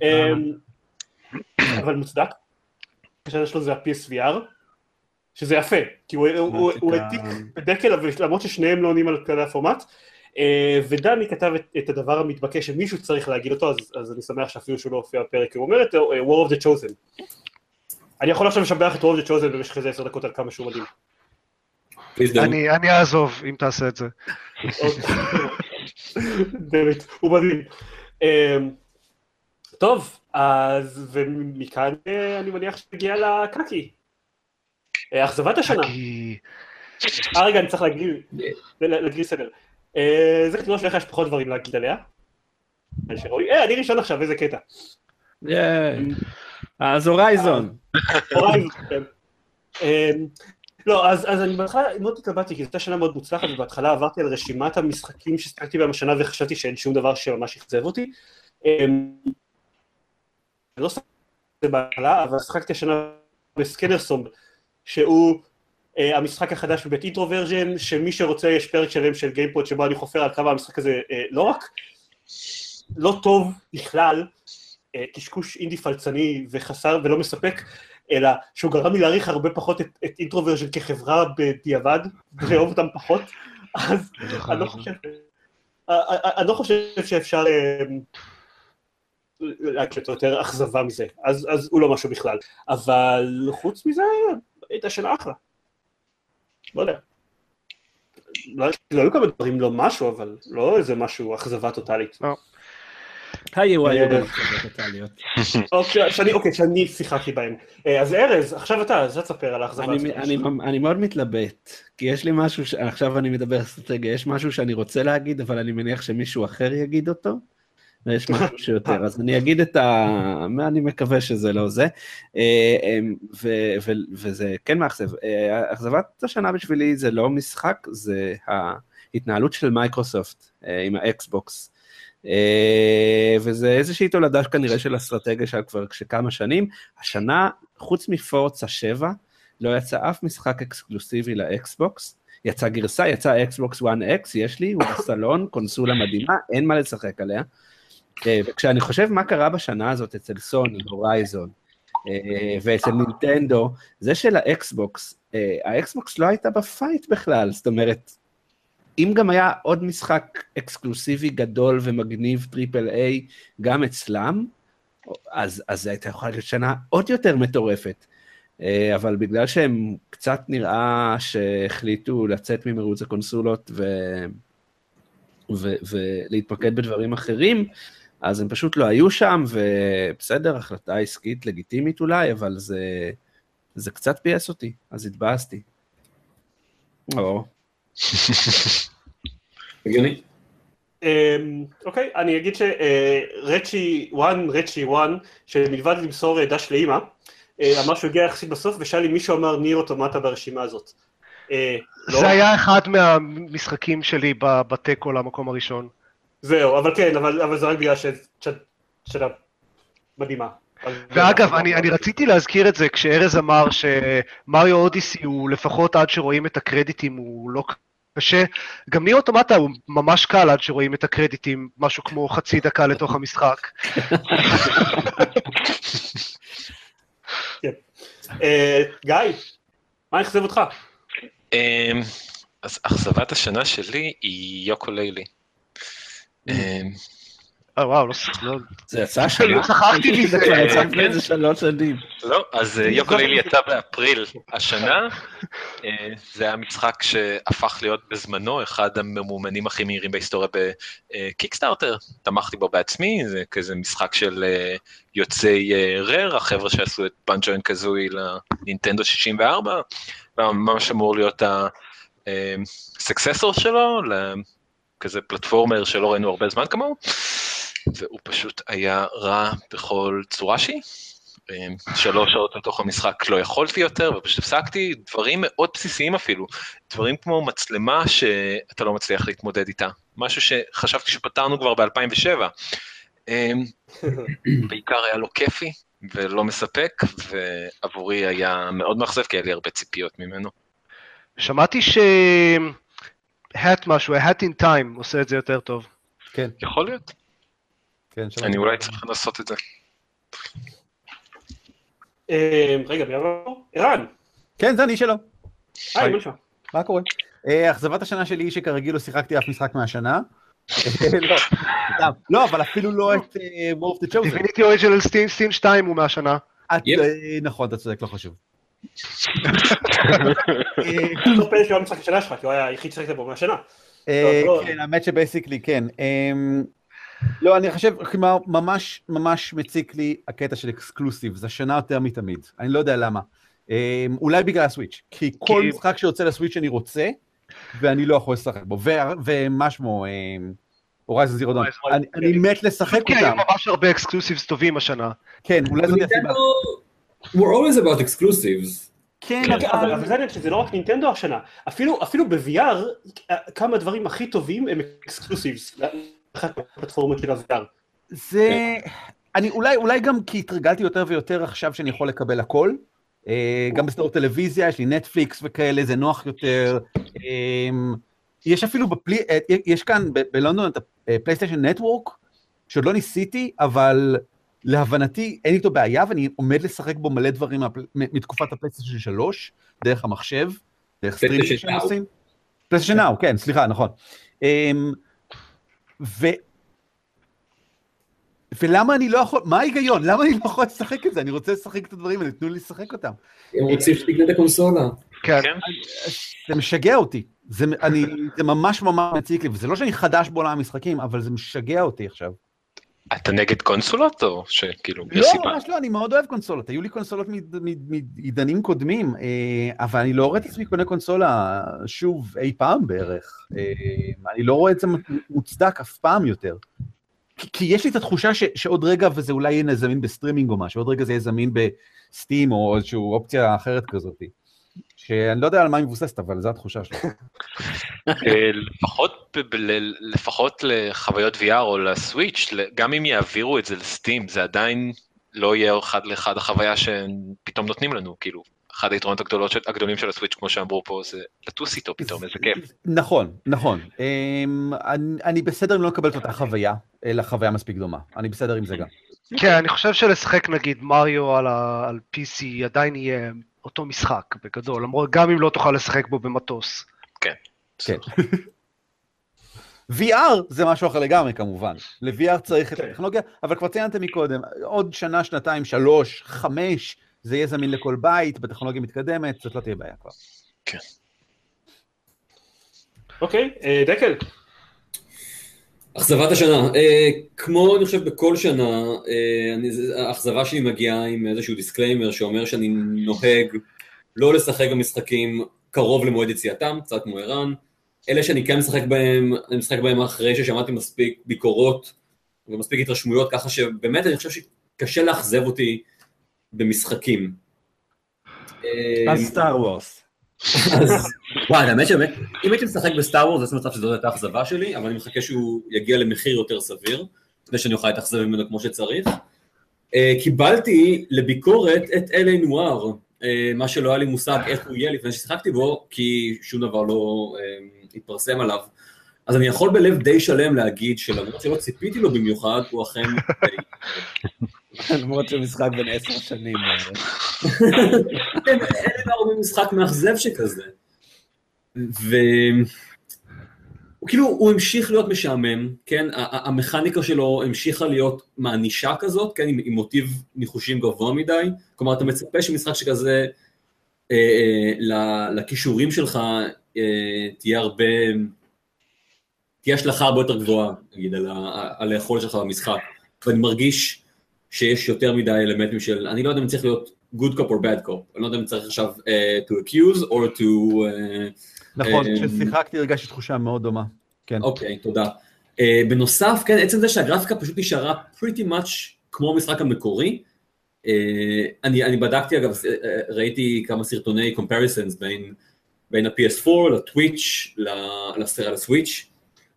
אבל מוצדק, השנה שלו זה ה-PSVR, שזה יפה, כי הוא העתיק בדקל, למרות ששניהם לא עונים על כלל הפורמט, ודני כתב את הדבר המתבקש שמישהו צריך להגיד אותו, אז אני שמח שאפילו שהוא לא הופיע בפרק, הוא אומר את War of the Chosen. אני יכול עכשיו לשבח את War of the Chosen במשך איזה 10 דקות על כמה שהוא מדהים. אני אעזוב אם תעשה את זה. באמת, הוא מדהים. טוב, אז ומכאן אני מניח שתגיע לקקי. אכזבת השנה. רגע, אני צריך להגליל סדר. זה כתוב שלך יש פחות דברים להגיד עליה. אני ראשון עכשיו, איזה קטע. אז הורייזון. הורייזון, כן. לא, אז אני בהתחלה מאוד התלבטתי, כי זו הייתה שנה מאוד מוצלחת, ובהתחלה עברתי על רשימת המשחקים ששחקתי בהם השנה, וחשבתי שאין שום דבר שממש יחזב אותי. לא שחקתי בהתחלה, אבל שחקתי השנה בסקנרסום, שהוא המשחק החדש בבית אינטרוורז'ן, שמי שרוצה יש פרק שלם של גיימפוד, שבו אני חופר על כמה המשחק הזה לא רק לא טוב בכלל, קשקוש אינדי פלצני וחסר ולא מספק, אלא שהוא גרם לי להעריך הרבה פחות את אינטרוורז'ן כחברה בדיעבד, ולאהוב אותם פחות, אז אני לא חושב שאפשר להקלט יותר אכזבה מזה, אז הוא לא משהו בכלל, אבל חוץ מזה, הייתה שנה אחלה. לא יודע. לא היו כמה דברים לא משהו, אבל לא איזה משהו אכזבה טוטלית. היו גם אכזבה טוטליות. אוקיי, שאני שיחקתי בהם. אז ארז, עכשיו אתה תספר על האכזבה. אני מאוד מתלבט, כי יש לי משהו, עכשיו אני מדבר אסטרטגיה, יש משהו שאני רוצה להגיד, אבל אני מניח שמישהו אחר יגיד אותו. ויש משהו שיותר, אז אני אגיד אני מקווה שזה לא זה, וזה כן מאכזב. אכזבת השנה בשבילי זה לא משחק, זה ההתנהלות של מייקרוסופט עם האקסבוקס, וזה איזושהי תולדה כנראה של אסטרטגיה שהיה כבר כמה שנים. השנה, חוץ מפורצה 7, לא יצא אף משחק אקסקלוסיבי לאקסבוקס, יצא גרסה, יצא אקסבוקס 1X, יש לי, הוא בסלון, קונסולה מדהימה, אין מה לשחק עליה. וכשאני חושב מה קרה בשנה הזאת אצל סוני, הורייזון, ואצל נינטנדו, זה של האקסבוקס, האקסבוקס לא הייתה בפייט בכלל, זאת אומרת, אם גם היה עוד משחק אקסקלוסיבי גדול ומגניב טריפל איי גם אצלם, אז הייתה יכולה להיות שנה עוד יותר מטורפת, אבל בגלל שהם קצת נראה שהחליטו לצאת ממרוץ הקונסולות ולהתפקד בדברים אחרים, אז הם פשוט לא היו שם, ובסדר, החלטה עסקית לגיטימית אולי, אבל זה קצת פייס אותי, אז התבאסתי. הגיוני. אוקיי, אני אגיד שרצ'י 1, שמלבד למסור דש לאמא, אמר שהוא הגיע יחסית בסוף, ושאל לי מישהו אמר ניר אוטומטה ברשימה הזאת. זה היה אחד מהמשחקים שלי בטקו למקום הראשון. זהו, אבל כן, אבל זה רק בגלל שאתה מדהימה. ואגב, אני רציתי להזכיר את זה כשארז אמר שמריו אודיסי הוא לפחות עד שרואים את הקרדיטים הוא לא קשה, גם ניר אוטומטה הוא ממש קל עד שרואים את הקרדיטים, משהו כמו חצי דקה לתוך המשחק. גיא, מה יחזב אותך? אז אכזבת השנה שלי היא יוקו לילי. וואו, לא... זה יצא שלו? שכחתי מזה. זה יצא לפני איזה 3 שנים. לא, אז יוקו לילי יצא באפריל השנה, זה היה משחק שהפך להיות בזמנו אחד הממומנים הכי מהירים בהיסטוריה בקיקסטארטר, תמכתי בו בעצמי, זה כזה משחק של יוצאי רר, החבר'ה שעשו את בנג'ו אנד קזוי לנינטנדו 64, וממש אמור להיות הסקססור שלו, כזה פלטפורמר שלא ראינו הרבה זמן כמוהו, והוא פשוט היה רע בכל צורה שהיא, 3 שעות לתוך המשחק לא יכולתי יותר, ופשוט הפסקתי דברים מאוד בסיסיים אפילו, דברים כמו מצלמה שאתה לא מצליח להתמודד איתה, משהו שחשבתי שפתרנו כבר ב-2007, בעיקר היה לו כיפי ולא מספק, ועבורי היה מאוד מאכזב, כי היה לי הרבה ציפיות ממנו. שמעתי משהו, Hat in Time עושה את זה יותר טוב. כן. יכול להיות. כן, אני אולי צריך לעשות את זה. רגע, ביעבור? ערן. כן, זה אני שלו. היי, מה נשמע? מה קורה? אכזבת השנה שלי היא שכרגיל לא שיחקתי אף משחק מהשנה. לא, אבל אפילו לא את War of the Chosen. Divinity Original Sin 2 הוא מהשנה. נכון, אתה צודק, לא חשוב. לא פלא שהוא המשחק השנה שלך, כי הוא היה היחיד ששחקת בו מהשנה. כן, האמת שבייסיקלי כן. לא, אני חושב, ממש מציק לי הקטע של אקסקלוסיב, זה שנה יותר מתמיד, אני לא יודע למה. אולי בגלל הסוויץ', כי כל משחק שיוצא לסוויץ' אני רוצה, ואני לא יכול לשחק בו, ומה שמו, הורייזן זירו דון, אני מת לשחק אותם. כן, ממש הרבה אקסקלוסיבס טובים השנה. כן, אולי זאת הסיבה. We're always about exclusives. כן, אבל זה עניין שזה לא רק נינטנדו השנה, אפילו ב-VR, כמה דברים הכי טובים הם אקסקלוסיבס, לאחת מהפלטפורמות של ה-VR. זה, אולי גם כי התרגלתי יותר ויותר עכשיו שאני יכול לקבל הכל, גם בסדרות טלוויזיה, יש לי נטפליקס וכאלה, זה נוח יותר, יש אפילו, יש כאן בלונדון את הפלייסטיישן נטוורק, שעוד לא ניסיתי, אבל להבנתי אין איתו בעיה, ואני עומד לשחק בו מלא דברים מתקופת הפלייסטיישן 3, דרך המחשב, דרך סטרימינג שהם עושים. פלייסטיישן נאו, כן, סליחה, נכון. ולמה אני לא יכול, מה ההיגיון? למה אני לא יכול לשחק את זה? אני רוצה לשחק את הדברים האלה, תנו לי לשחק אותם. הם רוצים שתקנה את הקונסולה. כן. זה משגע אותי. זה ממש מציק לי, וזה לא שאני חדש בעולם המשחקים, אבל זה משגע אותי עכשיו. אתה נגד קונסולות או שכאילו יש לא, סיבה? ממש לא, אני מאוד אוהב קונסולות. היו לי קונסולות מעידנים קודמים, אבל אני לא רואה את עצמי קונה קונסולה שוב אי פעם בערך. אני לא רואה את זה מוצדק אף פעם יותר. כי יש לי את התחושה שעוד רגע, וזה אולי יהיה זמין בסטרימינג או משהו, עוד רגע זה יהיה זמין בסטים או איזושהי אופציה אחרת כזאת. שאני לא יודע על מה היא מבוססת, אבל זו התחושה שלי. לפחות לחוויות VR או לסוויץ', גם אם יעבירו את זה לסטים, זה עדיין לא יהיה אחד לאחד החוויה שפתאום נותנים לנו, כאילו, אחד היתרונות הגדולים של הסוויץ', כמו שאמרו פה, זה לטוס איתו פתאום, איזה כיף. נכון. אני בסדר אם לא לקבל את אותה חוויה, אלא חוויה מספיק דומה. אני בסדר עם זה גם. כן, אני חושב שלשחק נגיד מריו על PC עדיין יהיה אותו משחק בגדול, למרות גם אם לא תוכל לשחק בו במטוס. כן. VR זה משהו אחר לגמרי כמובן. ל-VR צריך את הטכנולוגיה, אבל כבר ציינתם מקודם, עוד שנה, שנתיים, 3, 5, זה יהיה זמין לכל בית, בטכנולוגיה מתקדמת, זאת לא תהיה בעיה כבר. כן. אוקיי, דקל. אכזבת השנה, כמו אני חושב בכל שנה, האכזבה שלי מגיעה עם איזשהו דיסקליימר שאומר שאני נוהג לא לשחק במשחקים קרוב למועד יציאתם, קצת כמו ערן, אלה שאני כן משחק בהם, אני משחק בהם אחרי ששמעתי מספיק ביקורות ומספיק התרשמויות, ככה שבאמת אני חושב שקשה לאכזב אותי במשחקים. אז סטאר וורס. וואי, האמת שבאמת, אם הייתי משחק בסטאר וורס, זה מצב שזאת הייתה האכזבה שלי, אבל אני מחכה שהוא יגיע למחיר יותר סביר, לפני שאני אוכל להתאכזב ממנו כמו שצריך. קיבלתי לביקורת את אלי נואר, מה שלא היה לי מושג איך הוא יהיה לפני ששיחקתי בו, כי שום דבר לא התפרסם עליו. אז אני יכול בלב די שלם להגיד שלמרות שלא ציפיתי לו במיוחד, הוא אכן למרות שמשחק בין 10 שנים. אין הרבה משחק מאכזב שכזה. וכאילו הוא המשיך להיות משעמם, כן? המכניקה שלו המשיכה להיות מענישה כזאת, כן? עם מוטיב ניחושים גבוה מדי. כלומר, אתה מצפה שמשחק שכזה, לכישורים שלך תהיה השלכה הרבה יותר גבוהה, נגיד, על היכולת שלך במשחק. ואני מרגיש שיש יותר מדי אלמנטים של, אני לא יודע אם צריך להיות good cop or bad cop, אני לא יודע אם צריך עכשיו to accuse or to... נכון, כששיחקתי הרגשתי תחושה מאוד דומה. כן. אוקיי, תודה. בנוסף, כן, עצם זה שהגרפיקה פשוט נשארה pretty much כמו המשחק המקורי, אני בדקתי אגב, ראיתי כמה סרטוני comparisons בין ה-PS4, לטוויץ', לסוויץ',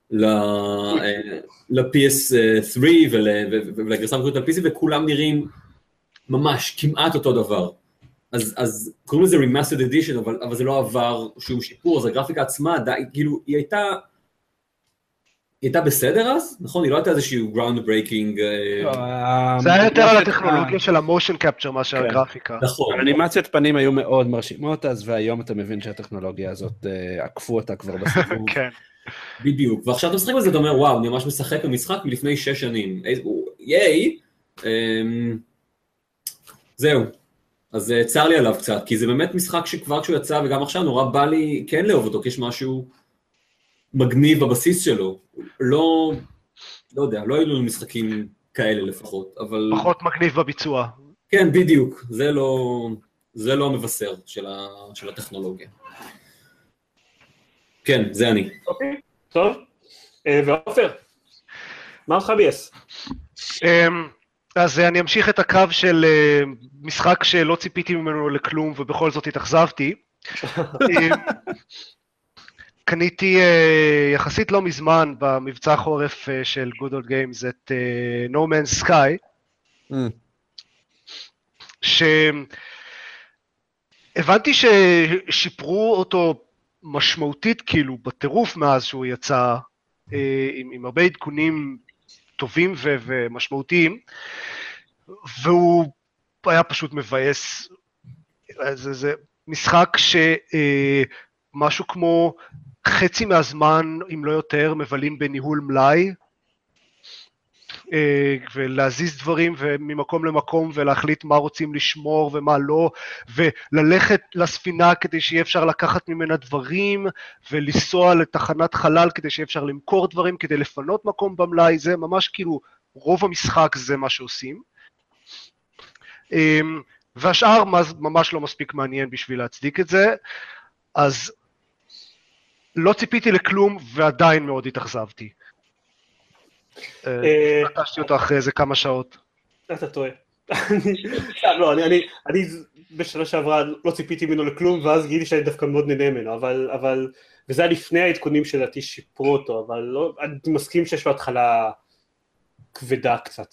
ל-PS3 ולגרסה מקורית על PC, וכולם נראים ממש כמעט אותו דבר. אז קוראים לזה remastered edition, אבל זה לא עבר שום שיפור, אז הגרפיקה עצמה, כאילו, היא הייתה בסדר אז, נכון? היא לא הייתה איזשהו ground breaking. זה היה יותר על הטכנולוגיה של המושן קפצ'ר, מה שהגרפיקה. נכון. אנימציית פנים היו מאוד מרשימות אז, והיום אתה מבין שהטכנולוגיה הזאת, עקפו אותה כבר בסיבוב. כן. בדיוק, ועכשיו אתה משחק בזה, אתה אומר, וואו, אני ממש משחק במשחק מלפני 6 שנים. ייי! זהו. אז צר לי עליו קצת, כי זה באמת משחק שכבר כשהוא יצא, וגם עכשיו נורא בא לי כן לאהוב אותו, כי יש משהו מגניב בבסיס שלו. לא יודע, לא היו לנו משחקים כאלה לפחות, אבל... פחות מגניב בביצוע. כן, בדיוק, זה לא המבשר של הטכנולוגיה. כן, זה אני. אוקיי, טוב. ועופר, מה אותך בייס? אז אני אמשיך את הקו של משחק שלא ציפיתי ממנו לכלום ובכל זאת התאכזבתי. קניתי יחסית לא מזמן במבצע חורף של Good Old Games את No Man's Sky, שהבנתי ששיפרו אותו משמעותית כאילו בטירוף מאז שהוא יצא, עם הרבה עדכונים טובים ומשמעותיים, והוא היה פשוט מבאס. זה משחק שמשהו כמו חצי מהזמן, אם לא יותר, מבלים בניהול מלאי, ולהזיז דברים ממקום למקום ולהחליט מה רוצים לשמור ומה לא, וללכת לספינה כדי שיהיה אפשר לקחת ממנה דברים, ולנסוע לתחנת חלל כדי שיהיה אפשר למכור דברים, כדי לפנות מקום במלאי. זה ממש כאילו רוב המשחק זה מה שעושים. והשאר ממש לא מספיק מעניין בשביל להצדיק את זה, אז לא ציפיתי לכלום ועדיין מאוד התאכזבתי. נטשתי אותו אחרי זה כמה שעות. אתה טועה. לא, אני בשנה שעברה לא ציפיתי ממנו לכלום, ואז גיליתי שאני דווקא מאוד נהנה ממנו, אבל, וזה היה לפני העדכונים שלדעתי שיפרו אותו, אבל לא, אני מסכים שיש לו התחלה כבדה קצת.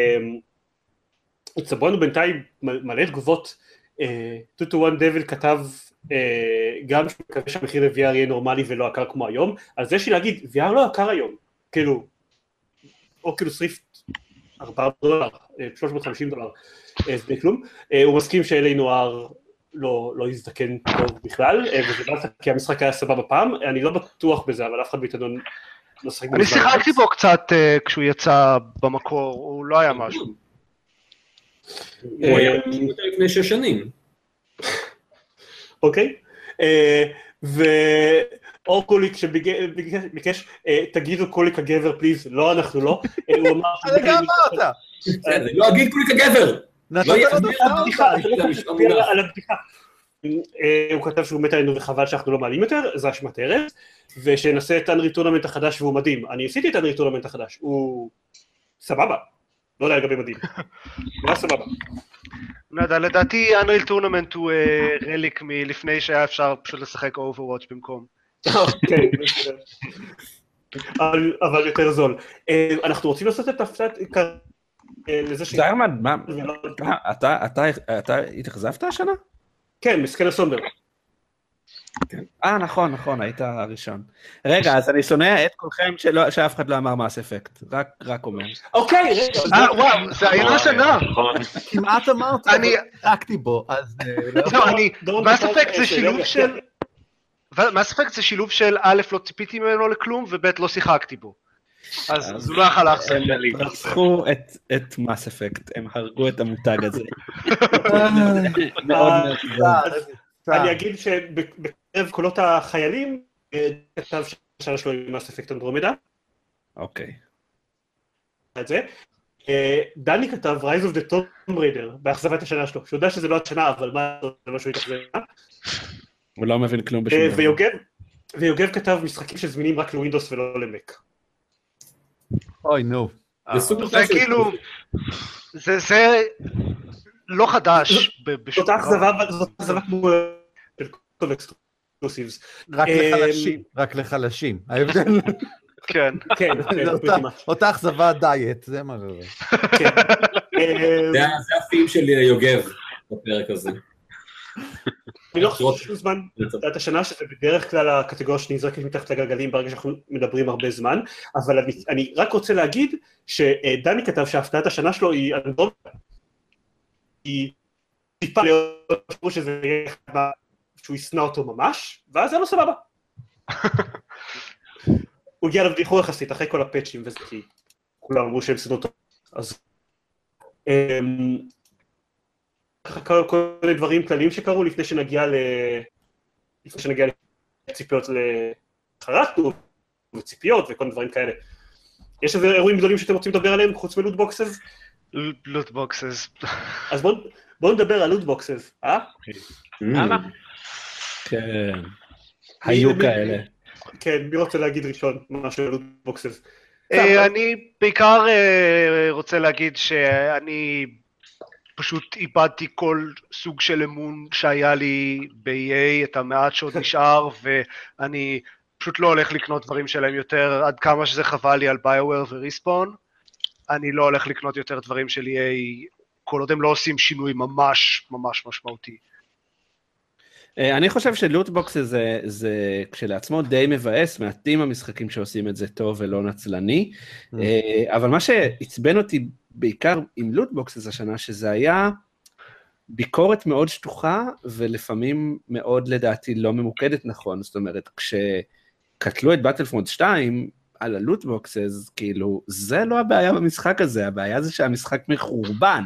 צברנו בינתיים מלא תגובות, 221 Devil כתב גם שמקווה שהמחיר ל-VR יהיה נורמלי ולא יקר כמו היום, על זה להגיד, VR לא יקר היום, כאילו, או כאילו שריפט $400, $350, זה כלום. הוא מסכים שאלי נוער לא יזדקן טוב בכלל, וזה בעצם כי המשחק היה סבבה פעם, אני לא בטוח בזה, אבל אף אחד מאיתנו לא שחק בו. אני שיחקתי בו קצת כשהוא יצא במקור, הוא לא היה משהו. הוא היה לפני 6 שנים. אוקיי, ואור קוליק שביקש, תגידו קוליק הגבר פליז, לא אנחנו לא, הוא אמר... אתה גם אמרת! לא אגיד קוליק הגבר! על הבדיחה. הוא כתב שהוא מת עלינו וחבל שאנחנו לא מעלים יותר, זה אשמת ארז, ושנעשה את אנרי טורנמנט החדש והוא מדהים. אני עשיתי את אנרי טורנמנט החדש, הוא סבבה, לא יודע לגבי מדהים, הוא היה סבבה. לדעתי Unreal Tournament הוא רליק מלפני שהיה אפשר פשוט לשחק Overwatch במקום. אוקיי, אבל יותר זול. אנחנו רוצים לעשות את הפתעת לזה ש... זיירמן, מה? אתה התאכזבת השנה? כן, מסכן הסונדר. נכון, היית הראשון. רגע, אז אני שונא את כולכם שאף אחד לא אמר מס אפקט, רק אומר. אוקיי, רגע. וואו, זה היה השנה. כמעט אמרת, עקתי בו, אז... לא, מס אפקט זה שילוב של... מס אפקט זה שילוב של א', לא ציפיתי ממנו לכלום, וב', לא שיחקתי בו. אז הוא לא יכול להחסן לי. הם רצחו את מס אפקט, הם הרגו את המותג הזה. מאוד אני אגיד שבקרב קולות החיילים, כתב שהשנה שלו עם מס אפקט אנדרומדה. אוקיי. דני כתב Rise of the Tomb Raider, באכזבת השנה שלו, שהוא יודע שזה לא השנה, אבל מה זה לא שהוא יתאכזב. הוא לא מבין כלום בשום דבר. ויוגב כתב משחקים שזמינים רק לווינדוס ולא למק. אוי, נו. זה כאילו, זה לא חדש. זאת אכזבה כמו של כל אקסקלוסיבס. רק לחלשים. ההבדל. כן. אותה אכזבה דיאט, זה מה זה. זה הפים של יוגב בפרק הזה. אני לא חושב שזמן, את השנה שזה בדרך כלל הקטגוריה שנזרקת מתחת לגלגלים ברגע שאנחנו מדברים הרבה זמן, אבל אני רק רוצה להגיד שדני כתב שהפתעת השנה שלו היא אנדרומדה. היא טיפה להיות שזה יהיה שהוא ישנא אותו ממש, ואז זה לא סבבה. הוא הגיע לבדיחור יחסית אחרי כל הפאצ'ים וזה כי כולם אמרו שהם שנאו אותו. אז כל מיני דברים כלליים שקרו לפני שנגיע לציפיות לחרטנו וציפיות וכל מיני דברים כאלה. יש איזה אירועים גדולים שאתם רוצים לדבר עליהם חוץ מלוטבוקסס? לוטבוקסס. אז בואו נדבר על לוטבוקסס, למה? כן. היו כאלה. כן, מי רוצה להגיד ראשון משהו על לוטבוקסס? אני בעיקר רוצה להגיד שאני פשוט איבדתי כל סוג של אמון שהיה לי ב-EA, את המעט שעוד נשאר, ואני פשוט לא הולך לקנות דברים שלהם יותר, עד כמה שזה חבל לי על BioWare וריספון, אני לא הולך לקנות יותר דברים של EA, כל עוד הם לא עושים שינוי ממש ממש משמעותי. אני חושב שלוטבוקס זה כשלעצמו די מבאס, מעטים המשחקים שעושים את זה טוב ולא נצלני, אבל מה שעצבן אותי בעיקר עם לוטבוקס השנה, שזה היה ביקורת מאוד שטוחה, ולפעמים מאוד לדעתי לא ממוקדת נכון, זאת אומרת, כשקטלו את באטלפרונט 2 על הלוטבוקסס, כאילו, זה לא הבעיה במשחק הזה, הבעיה זה שהמשחק מחורבן.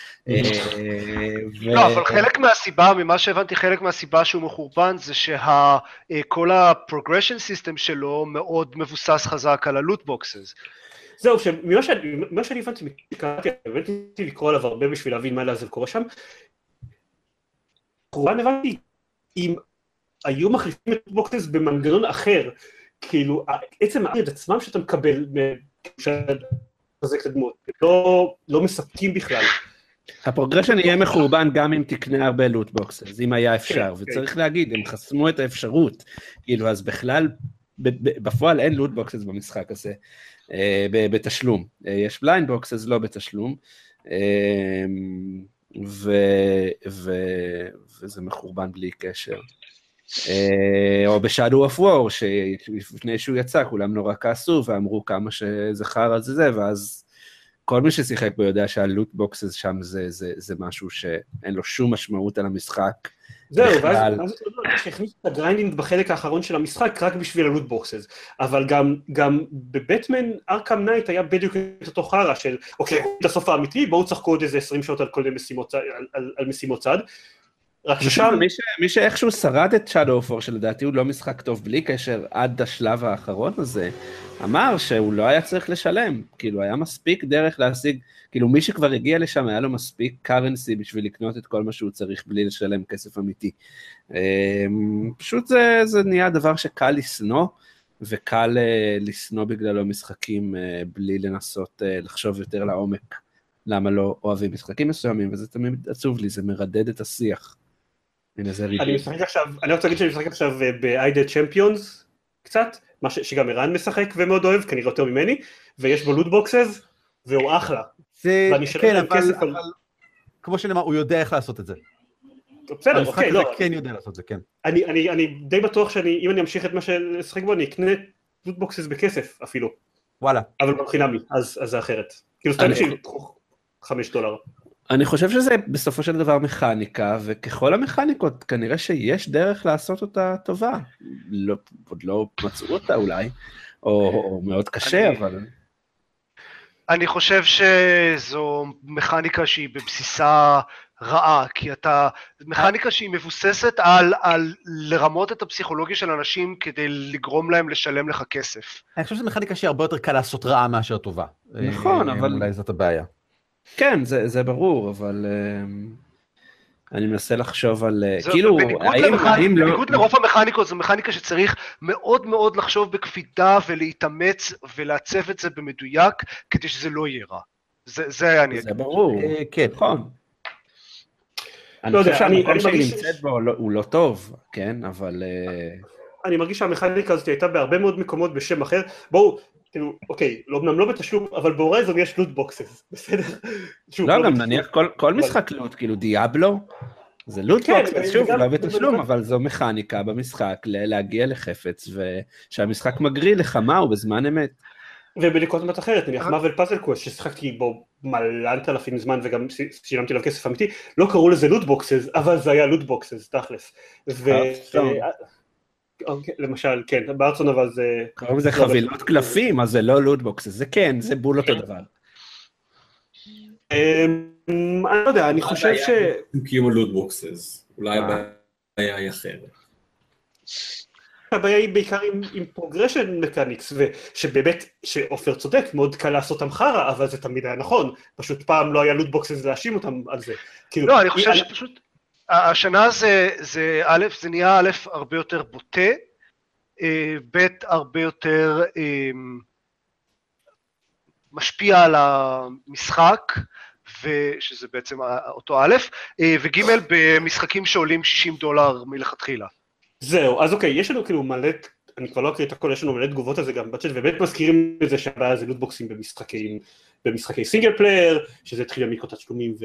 לא, אבל חלק מהסיבה, ממה שהבנתי, חלק מהסיבה שהוא מחורבן, זה שכל ה-progression system שלו מאוד מבוסס חזק על הלוטבוקסס. זהו, ממה שאני הבנתי, הבנתי לקרוא עליו הרבה בשביל להבין מה לעזב קורה שם, חורבן הבנתי, אם היו מחליפים את לוטבוקסס במנגנון אחר, כאילו, עצם הערד עצמם שאתה מקבל, שזה קדמות, לא מספקים בכלל. הפרוגרשן יהיה מחורבן גם אם תקנה הרבה לוטבוקסס, אם היה אפשר, וצריך להגיד, הם חסמו את האפשרות, כאילו, אז בכלל, בפועל אין לוטבוקסס במשחק הזה, בתשלום. יש בליינד בוקסס, לא בתשלום, וזה מחורבן בלי קשר. או בשאדו אוף וור, שלפני שהוא יצא, כולם נורא כעסו, ואמרו כמה שזה חרא זה, ואז כל מי ששיחק בו יודע שהלוטבוקסס שם זה משהו שאין לו שום משמעות על המשחק. זהו, ואז שהכניס את הגריינדינג בחלק האחרון של המשחק רק בשביל הלוטבוקסס, אבל גם בבטמן ארכם נייט היה בדיוק את אותו חרא של, אוקיי, את הסוף האמיתי, בואו צחקו עוד איזה 20 שעות על כל משימות צד, רק ששם... מי שאיכשהו שרד את Shadow of War, שלדעתי הוא לא משחק טוב בלי קשר עד השלב האחרון הזה, אמר שהוא לא היה צריך לשלם, כאילו היה מספיק דרך להשיג, כאילו מי שכבר הגיע לשם היה לו מספיק קרנסי בשביל לקנות את כל מה שהוא צריך בלי לשלם כסף אמיתי. פשוט זה נהיה דבר שקל לסנוע, וקל לסנוע בגללו משחקים בלי לנסות לחשוב יותר לעומק, למה לא אוהבים משחקים מסוימים, וזה תמיד עצוב לי, זה מרדד את השיח. אני רוצה להגיד שאני משחק עכשיו ב-ID Champions קצת, מה שגם ערן משחק ומאוד אוהב, כנראה יותר ממני, ויש בו לוטבוקסס, והוא אחלה. כן, אבל כמו שנאמר, הוא יודע איך לעשות את זה. בסדר, אוקיי, לא. כן יודע לעשות את זה, כן. אני די בטוח שאם אני אמשיך את מה ששחק בו, אני אקנה לוטבוקסס בכסף אפילו. וואלה. אבל מבחינמי, אז זה אחרת. כאילו סתם שהיא $5. אני חושב שזה בסופו של דבר מכניקה, וככל המכניקות כנראה שיש דרך לעשות אותה טובה. עוד לא מצאו אותה אולי, או מאוד קשה, אבל... אני חושב שזו מכניקה שהיא בבסיסה רעה, כי מכניקה שהיא מבוססת על לרמות את הפסיכולוגיה של אנשים כדי לגרום להם לשלם לך כסף. אני חושב שזו מכניקה שהיא הרבה יותר קל לעשות רעה מאשר טובה. נכון, אבל... אולי זאת הבעיה. כן, זה ברור, אבל אני מנסה לחשוב על, כאילו, בניגוד לרוב המכניקות, זו מכניקה שצריך מאוד מאוד לחשוב בקפידה ולהתאמץ ולעצב את זה במדויק, כדי שזה לא יהיה רע. זה אני אגיד. זה ברור, כן. נכון. אני חושב שהמקום שאני נמצאת בו הוא לא טוב, כן, אבל... אני מרגיש שהמכניקה הזאת הייתה בהרבה מאוד מקומות בשם אחר, בואו, כאילו, אוקיי, אמנם לא בתשלום, אבל בהורייזון יש לוטבוקסס, בסדר? לא, גם נניח כל משחק לוט, כאילו דיאבלו, זה לוטבוקסס, שוב, לא בתשלום, אבל זו מכניקה במשחק להגיע לחפץ, ושהמשחק מגריל לך מהו בזמן אמת. ובנקודת אחרת, נניח מאבל פאזל קווסט, ששחקתי בו מלנת אלפים זמן, וגם שילמתי לו כסף אמיתי, לא קראו לזה לוטבוקסס, אבל זה היה לוטבוקסס, תכלס. למשל, כן, בארצון אבל זה... קוראים לזה חבילות קלפים, אז זה לא לוטבוקסס, זה כן, זה בול אותו דבר. אני לא יודע, אני חושב קיום לוטבוקסס, אולי הבעיה היא אחרת. הבעיה היא בעיקר עם פרוגרשן מקניקס, ושבאמת, שאופר צודק, מאוד קל לעשות אותם חרא, אבל זה תמיד היה נכון, פשוט פעם לא היה לוטבוקסס להאשים אותם על זה. לא, אני חושב שפשוט, השנה זה א', זה נהיה א', הרבה יותר בוטה, ב', הרבה יותר משפיע על המשחק, ושזה בעצם אותו א', וג' במשחקים שעולים $60 מלכתחילה. זהו, אז אוקיי, יש לנו כאילו מלא, אני כבר לא אקריא את הכל, יש לנו מלא תגובות על זה גם בצ'אט, ובאמת מזכירים את זה שהבעיה זה לוטבוקסים במשחקי סינגל פלייר, שזה התחיל למיקרו תשלומים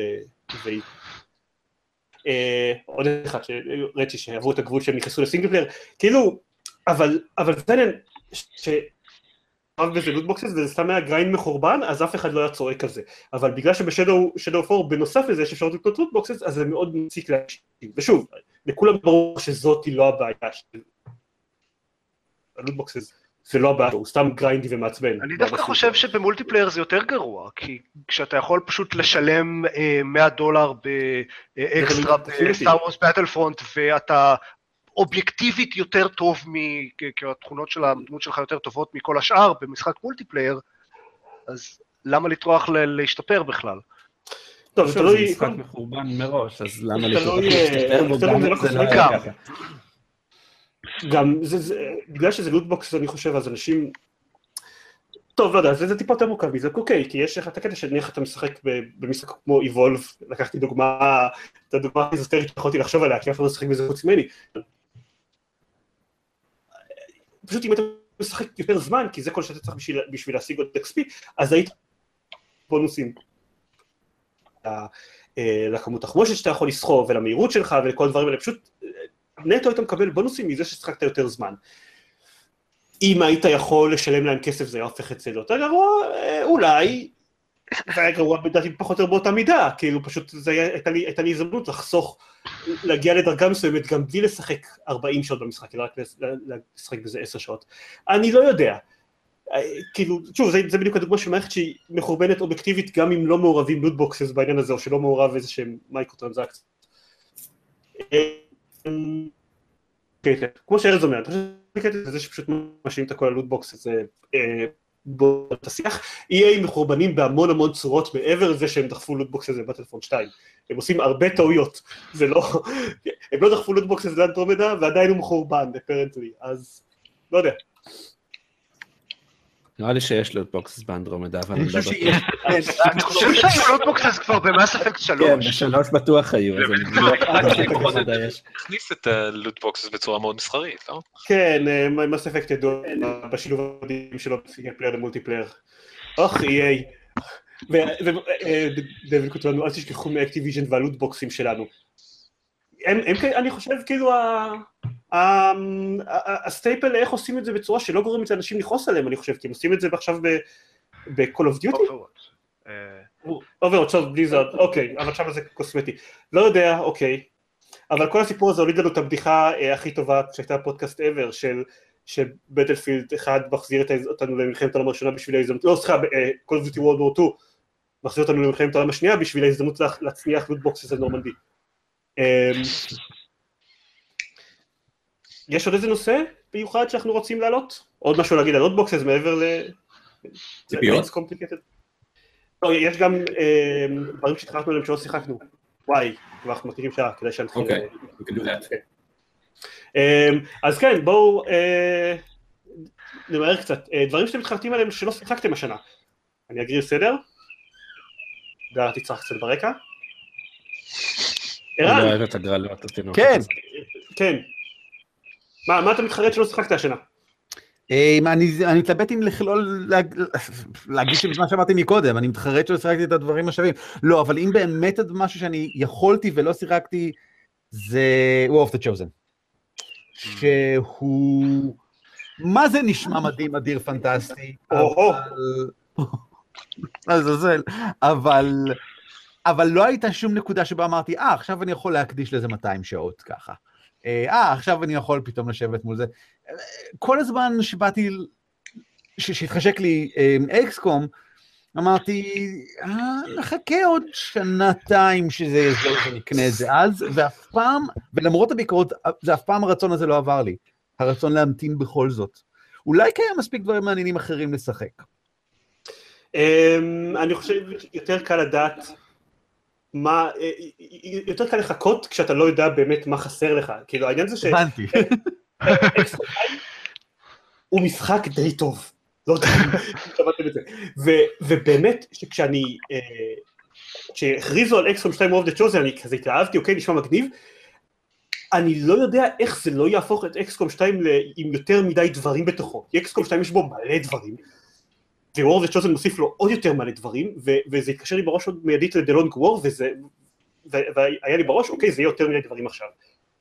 עוד אחד שראיתי שעברו את הגבול שהם נכנסו לסינגל פלייר, כאילו, אבל זה עניין וזה לוטבוקסס וזה סתם היה גריינד מחורבן, אז אף אחד לא היה צועק על זה. אבל בגלל שבשדו פור בנוסף לזה יש אפשרות לקנות לוטבוקסס, אז זה מאוד מציק לאנשים. ושוב, לכולם ברור שזאת היא לא הבעיה של הלוטבוקסס, זה לא הבעיה, הוא סתם גריינדי ומעצבן. אני דווקא חושב שבמולטיפלייר זה יותר גרוע, כי כשאתה יכול פשוט לשלם $100 באקסטרה בסטאר וורס באטלפרונט, ואתה אובייקטיבית יותר טוב, כי התכונות של הדמות שלך יותר טובות מכל השאר במשחק מולטיפלייר, אז למה לטרוח להשתפר בכלל? טוב, זה משחק מחורבן מראש, אז למה לטרוח להשתפר בו גם זה לא היה ככה. גם, בגלל שזה לוטבוקס, אני חושב, אז אנשים... טוב, לא יודע, זה טיפה יותר מורכב, זה אוקיי, כי יש לך את הקטע שנניח אתה משחק במשחק כמו איבולב, לקחתי דוגמה, את הדוגמה היזוטרית שיכולתי לחשוב עליה, כי אף אחד לא משחק בזה חוץ ממני. פשוט אם אתה משחק יותר זמן, כי זה כל שאתה צריך בשביל להשיג עוד XP, אז היית בונוסים לכמות החמושת שאתה יכול לסחוב, ולמהירות שלך, ולכל דברים האלה, פשוט נטו היית מקבל בונוסים מזה ששחקת יותר זמן. אם היית יכול לשלם להם כסף, זה היה הופך את זה לאותר גרוע, אולי, זה היה גרוע בדעתי פחות או יותר באותה מידה, כאילו פשוט הייתה לי הזדמנות לחסוך, להגיע לדרגה מסוימת, גם בלי לשחק 40 שעות במשחק, אלא רק לשחק בזה 10 שעות. אני לא יודע, כאילו, שוב, זה בדיוק הדוגמה של מערכת שהיא מחורבנת אובייקטיבית, גם אם לא מעורבים לוטבוקסס בעניין הזה, או שלא מעורב איזה שהם מייקרו-טרנזקציות. כמו שארז אומר, זה שפשוט משאים את הכל הלוטבוקס, זה בוט השיח, EA מחורבנים בהמון המון צורות מעבר לזה שהם דחפו לוטבוקס הזה בטלפון 2, הם עושים הרבה טעויות, זה לא, הם לא דחפו לוטבוקס הזה לאנדרומדה ועדיין הוא מחורבן, apparently, אז לא יודע. נראה לי שיש לוטבוקס באנדרומדה, אבל אני חושב שהיו לוטבוקס כבר במאס אפקט 3. כן, ב3 בטוח היו, אז אני הכניס את הלוטבוקס בצורה מאוד מסחרית, לא? כן, מאס אפקט ידוע בשילוב הדברים שלו בסינגל פלייר למולטיפלייר. אוח, EA. ודבל כותב לנו, אל תשכחו מאקטיביז'ן והלוטבוקסים שלנו. אני חושב כאילו הסטייפל איך עושים את זה בצורה שלא גורמת לאנשים לכעוס עליהם, אני חושב, כי הם עושים את זה עכשיו ב-Call of Duty? Overwatch, בלי זה, אוקיי, אבל עכשיו זה קוסמטי. לא יודע, אוקיי, אבל כל הסיפור הזה הוליד לנו את הבדיחה הכי טובה שהייתה פודקאסט ever, שבטלפילד 1 מחזיר אותנו למלחמת העולם הראשונה בשביל ההזדמנות, לא, סליחה, Call of Duty World War 2 מחזיר אותנו למלחמת העולם השנייה בשביל ההזדמנות להצניח לוטבוקסס על נורמנדי. יש עוד איזה נושא ביוחד שאנחנו רוצים להעלות? עוד משהו להגיד על לוטבוקסס מעבר ציפיות? לא, יש גם דברים שהתחלנו עליהם שלא שיחקנו. וואי, כבר אנחנו מתחילים שעה, כדי שנתחיל. אוקיי, we can do that. אז כן, בואו נמהר קצת. דברים שאתם מתחרטים עליהם שלא שיחקתם השנה. אני אגריר סדר. גרתי צריך קצת ברקע. אני לא אוהב את הגרלות, התינוק. כן. כן. מה אתה מתחרט שלא שיחקת השנה? אני מתלבט אם להגיד מה שאמרתי מקודם, אני מתחרט שלא שיחקתי את הדברים השווים. לא, אבל אם באמת משהו שאני יכולתי ולא שיחקתי, זה War of the Chosen. שהוא... מה זה נשמע מדהים, אדיר, פנטסטי? אבל לא הייתה שום נקודה שבה אמרתי, עכשיו אני יכול להקדיש לזה 200 שעות ככה. עכשיו אני יכול פתאום לשבת מול זה. כל הזמן שבאתי, שהתחשק לי אקסקום, אמרתי, נחכה עוד שנתיים שזה יזור ונקנה את זה אז, ואף פעם, ולמרות הביקורות, זה אף פעם הרצון הזה לא עבר לי, הרצון להמתין בכל זאת. אולי קיים מספיק דברים מעניינים אחרים לשחק. אני חושב יותר קל לדעת מה, יותר קל לחכות כשאתה לא יודע באמת מה חסר לך, כאילו העניין זה הבנתי. הוא משחק די טוב, לא יודע אם שמעתם את זה, ובאמת כשהכריזו על XCOM 2 War of the Chosen אני כזה התאהבתי, אוקיי, נשמע מגניב, אני לא יודע איך זה לא יהפוך את XCOM 2 עם יותר מדי דברים בתוכו, כי XCOM 2 יש בו מלא דברים, ו-War of the Chosen מוסיף לו עוד יותר מלא דברים, וזה התקשר לי בראש עוד מיידית ל-The Long War, והיה לי בראש, אוקיי, זה יהיה יותר מדי דברים עכשיו.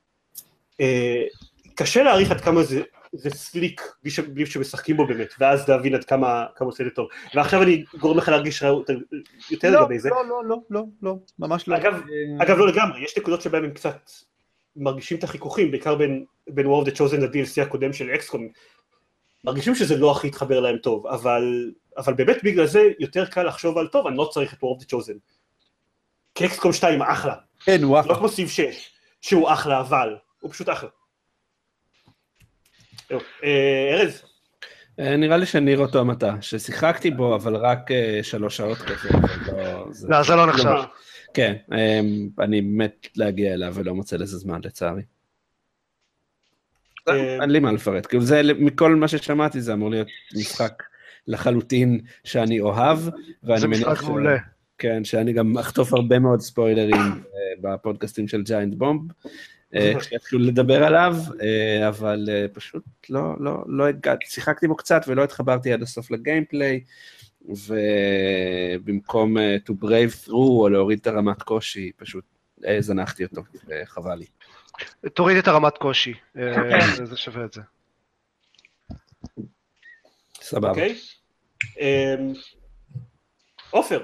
קשה להעריך עד כמה זה סליק, בלי שמשחקים בו באמת, ואז להבין עד כמה עושה את טוב. ועכשיו אני גורם לך להרגיש יותר לגבי זה. לא, ממש לא. אגב, לא לגמרי, יש נקודות שבהם הם קצת מרגישים את החיכוכים, בעיקר בין War of the Chosen ל-DLC הקודם של XCOM, מרגישים שזה לא הכי התחבר להם טוב, אבל באמת בגלל זה יותר קל לחשוב על טוב, אני לא צריך את War of the Chosen. כי XCOM 2 אחלה. כן, הוא אחלה. לא כמו סיב 6, שהוא אחלה, אבל הוא פשוט אחלה. ארז? נראה לי שניר אותו המתה, ששיחקתי בו, אבל רק 3 שעות כזה. לא, זה לא נחשב. כן, אני מת להגיע אליו ולא מוצא לזה זמן, לצערי. אין לי מה לפרט, כאילו זה, מכל מה ששמעתי, זה אמור להיות משחק לחלוטין שאני אוהב, זה משחק מעולה. כן, שאני גם אחטוף הרבה מאוד ספוילרים בפודקאסטים של ג'יינט בומב, כשיתחילו לדבר עליו, אבל פשוט לא הגעתי, שיחקתי בו קצת ולא התחברתי עד הסוף לגיימפליי, ובמקום to brave through או להוריד את הרמת קושי, פשוט זנחתי אותו, חבל לי. תוריד את הרמת קושי, זה שווה את זה. סבבה. אוקיי. עופר.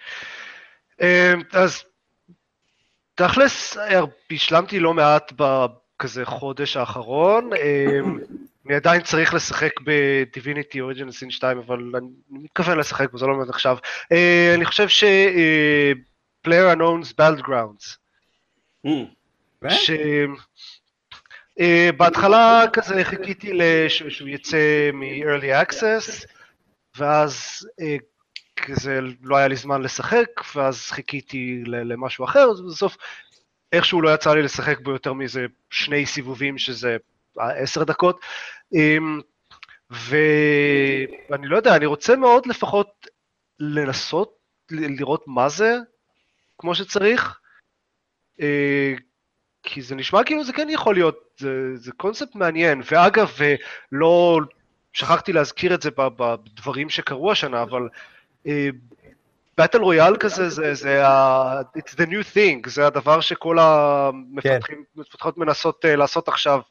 אז תכלס, השלמתי לא מעט בכזה חודש האחרון, אני עדיין צריך לשחק ב-Divinity Original Sin 2, אבל אני מתכוון לשחק בו, זה לא מעט עכשיו. אני חושב Player Unknown's Battlegrounds, שבהתחלה כזה חיכיתי שהוא יצא מ-Early Access, ואז כזה לא היה לי זמן לשחק, ואז חיכיתי למשהו אחר, אז בסוף איכשהו לא יצא לי לשחק בו יותר מאיזה 2 סיבובים, שזה 10 דקות, ואני לא יודע, אני רוצה מאוד לפחות לנסות לראות מה זה, כמו שצריך, כי זה נשמע כאילו זה כן יכול להיות, זה קונספט מעניין, ואגב, לא שכחתי להזכיר את זה בדברים שקרו השנה, אבל Battle Royale כזה, זה it's the new thing, זה הדבר שכל המפתחות מנסות לעשות עכשיו,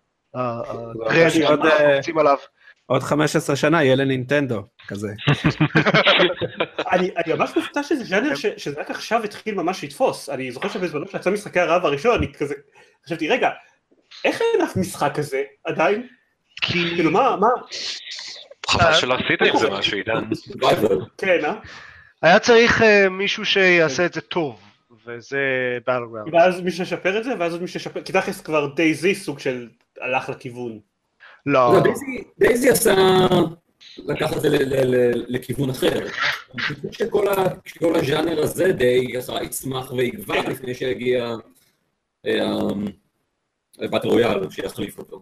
עוד 15 שנה יהיה לנינטנדו, כזה. אני ממש מופתע שזה ז'אנר שזה רק עכשיו התחיל ממש לתפוס, אני זוכר שבזמנו שיצא משחקי הרעב הראשון, אני כזה, חשבתי, רגע, איך אין אף משחק כזה עדיין? כאילו מה? חבל שלא עשית עם זה משהו, עידן. כן, היה צריך מישהו שיעשה את זה טוב, וזה Battlegrounds. ואז מישהו ישפר את זה, ואז עוד מישהו ישפר, כי תכף כבר דייזי סוג של הלך לכיוון. לא. דייזי עשה, לקח את זה לכיוון אחר. אני חושב שכל הז'אנר הזה די יצמח ויגבר לפני שיגיע Battle Royale שיחליף אותו.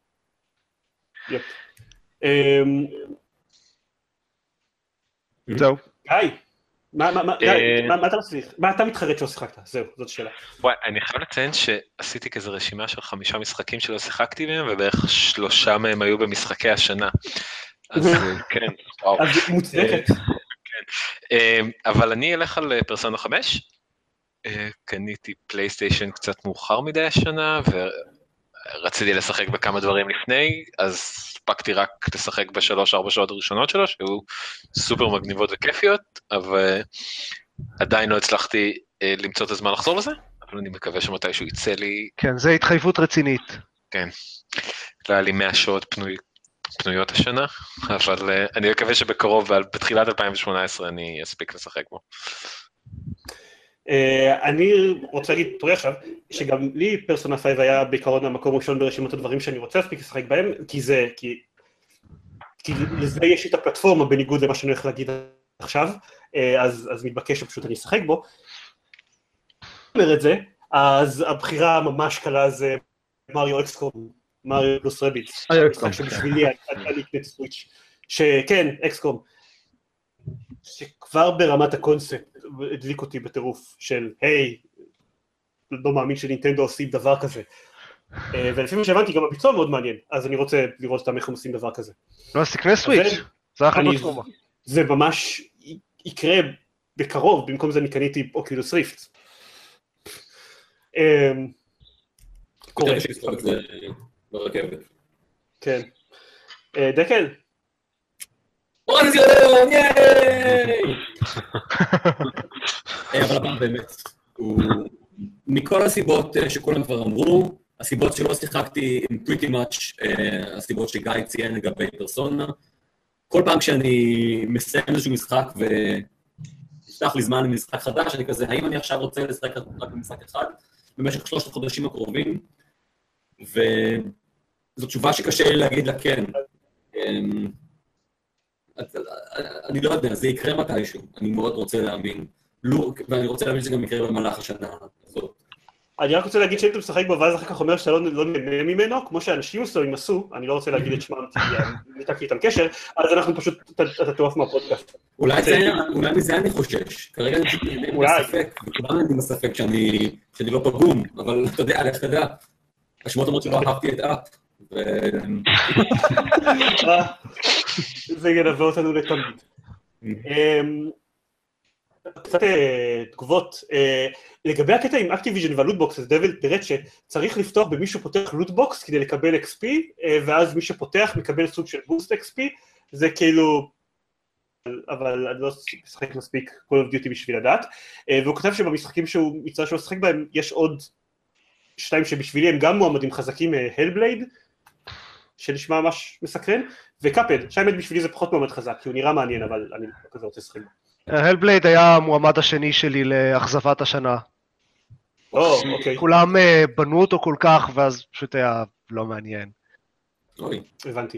זהו. היי, מה אתה מתחרט שלא שיחקת? זהו, זאת השאלה. וואי, אני חייב לציין שעשיתי כזה רשימה של 5 משחקים שלא שיחקתי מהם, ובערך 3 מהם היו במשחקי השנה. אז כן, וואו. אז מוצדקת. כן, אבל אני אלך על פרסונה 5, קניתי פלייסטיישן קצת מאוחר מדי השנה, ורציתי לשחק בכמה דברים לפני, אז הספקתי רק לשחק ב3-4 שעות הראשונות שלו, שהיו סופר מגניבות וכיפיות, אבל עדיין לא הצלחתי למצוא את הזמן לחזור לזה, אבל אני מקווה שמתישהו יצא לי... כן, זה התחייבות רצינית. כן, לא היה לי 100 שעות פנויות השנה, אבל אני מקווה שבקרוב, בתחילת 2018, אני אספיק לשחק בו. אני רוצה להגיד, תראי עכשיו, שגם לי פרסונה 5 היה בעיקרון המקום ראשון ברשימת הדברים שאני רוצה להספיק לשחק בהם, כי לזה יש את הפלטפורמה בניגוד למה שאני הולך להגיד עכשיו, אז מתבקש שפשוט אני אשחק בו. אומר את זה, אז הבחירה ממש קלה זה מריו אקסקום, מריו פלוס רביץ, משחק שבשבילי אני אקנה סוויץ', שכן, אקסקום, שכבר ברמת הקונספט הדליק אותי בטירוף של, היי, לא מאמין שנינטנדו עושים דבר כזה. ולפי מה שהבנתי, גם הביצוע מאוד מעניין, אז אני רוצה לראות אותם איך הם עושים דבר כזה. לא, אז תקנה סוויץ', זה אחלה פלטפורמה. זה ממש יקרה בקרוב, במקום זה אני קניתי אוקילוס ריפט. קורה. כן. דקל? אורנזיון, ייי! אבל הפעם באמת, מכל הסיבות שכולם כבר אמרו, הסיבות שלא שיחקתי הם pretty much הסיבות שגיא ציין לגבי פרסונה. כל פעם כשאני מסיים איזשהו משחק ונפתח לי זמן למשחק חדש, אני כזה, האם אני עכשיו רוצה לשחק רק במשחק אחד במשך 3 חודשים הקרובים? וזו תשובה שקשה לי להגיד לה כן. אני לא יודע, זה יקרה מתישהו, אני מאוד רוצה להאמין. ואני רוצה להאמין שזה גם יקרה במהלך השנה הזאת. אני רק רוצה להגיד שאם אתה משחק בו, ואז אחר כך אומר שאתה לא נהנה ממנו, כמו שאנשים מסוימים עשו, אני לא רוצה להגיד את שמם, כי ניתקתי איתם קשר, אז אנחנו פשוט, אתה תעוף מהפודקאסט. אולי מזה אני חושש, כרגע אני מספק, וכבר אני מספק שאני לא פגום, אבל אתה יודע, לך תדע, השמות אומרות שלא אהבתי את אפ, זה ינבא אותנו לתמיד. קצת תגובות, לגבי הקטע עם אקטיביז'ן והלוטבוקס, אז דבל פירט שצריך לפתוח במישהו פותח לוטבוקס כדי לקבל XP, ואז מי שפותח מקבל סוג של בוסט XP, זה כאילו, אבל אני לא משחק מספיק Call of Duty בשביל לדעת, והוא כתב שבמשחקים שהוא מצא שהוא משחק בהם, יש עוד 2 שבשבילי הם גם מועמדים חזקים, הלבלייד, שנשמע ממש מסקרן, וקאפד, שהאמת בשבילי זה פחות מועמד חזק, כי הוא נראה מעניין, אבל אני לא כזה רוצה לשחק בו. הלבלייד היה המועמד השני שלי לאכזבת השנה. אוקיי. כולם בנו אותו כל כך, ואז פשוט היה לא מעניין. הבנתי.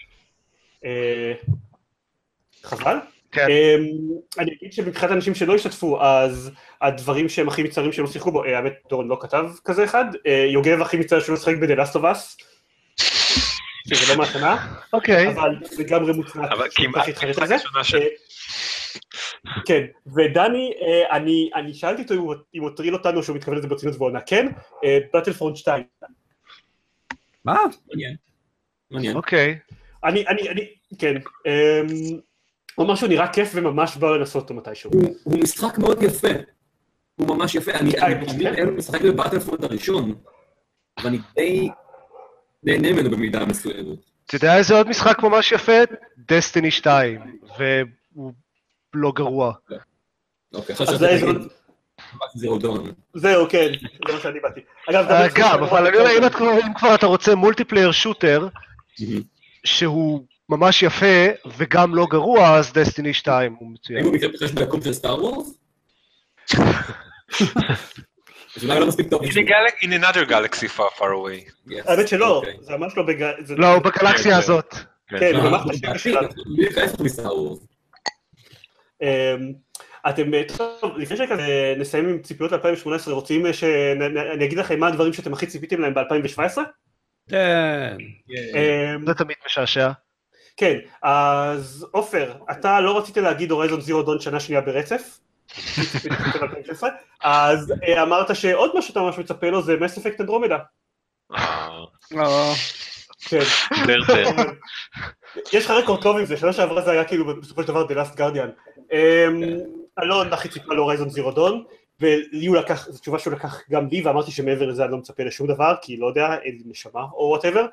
חבל? כן. אני אגיד שמבחינת אנשים שלא השתתפו, אז הדברים שהם הכי מצערים שלא שיחקו בו, האמת דורון לא כתב כזה אחד, יוגב הכי מצער שלא שחק ב-The Last of Us, שזה לא מהשנה, אבל זה גם רמוצנת, אבל כמעט השנה של... כן, ודני, אני שאלתי אותו אם הוא טריל אותנו שהוא מתכוון לזה ברצינות ועונה, כן? Battlefront 2. מה? מעניין. אוקיי. כן. הוא אמר שהוא נראה כיף וממש בא לנסות אותו מתישהו. הוא משחק מאוד יפה. הוא ממש יפה. אני משחק בבטלפרונט הראשון, ואני די נהנה ממנו במידה מסוימת. אתה יודע איזה עוד משחק ממש יפה? דסטיני 2, והוא לא גרוע. אוקיי, חשבתי להגיד, זהו דון. זהו, כן, זה מה שאני באתי. גם, אבל אני יודע, אם כבר אתה רוצה מולטיפלייר שוטר, שהוא ממש יפה וגם לא גרוע, אז דסטיני 2 הוא מצוין. האם הוא מקרה בחש ביקום של סטאר וורס? אז אולי לא מספיק טוב. In another galaxy far far away. האמת שלא, זה ממש לא לא, הוא בגלקסיה הזאת. כן, הוא ממש בשביל שלנו. בלי להיכנס מסטאר וורס. אתם, טוב, לפני שכזה נסיים עם ציפיות ל-2018, רוצים שאני אגיד לכם מה הדברים שאתם הכי ציפיתם להם ב-2017? כן. זה תמיד משעשע. כן, אז עופר, אתה לא רצית להגיד הורייזון זירו דון שנה שנייה ברצף? אז אמרת שעוד מה שאתה ממש מצפה לו זה מס אפקט אנדרומדה. כן. יש לך רקורד טוב עם זה, שנה שעברה זה היה כאילו בסופו של דבר The Last Guardian. אלון הכי ציפה להורייזון זירו דון, ולי הוא לקח, זו תשובה שהוא לקח גם לי, ואמרתי שמעבר לזה אני לא מצפה לשום דבר, כי לא יודע, אין לי נשמה או whatever.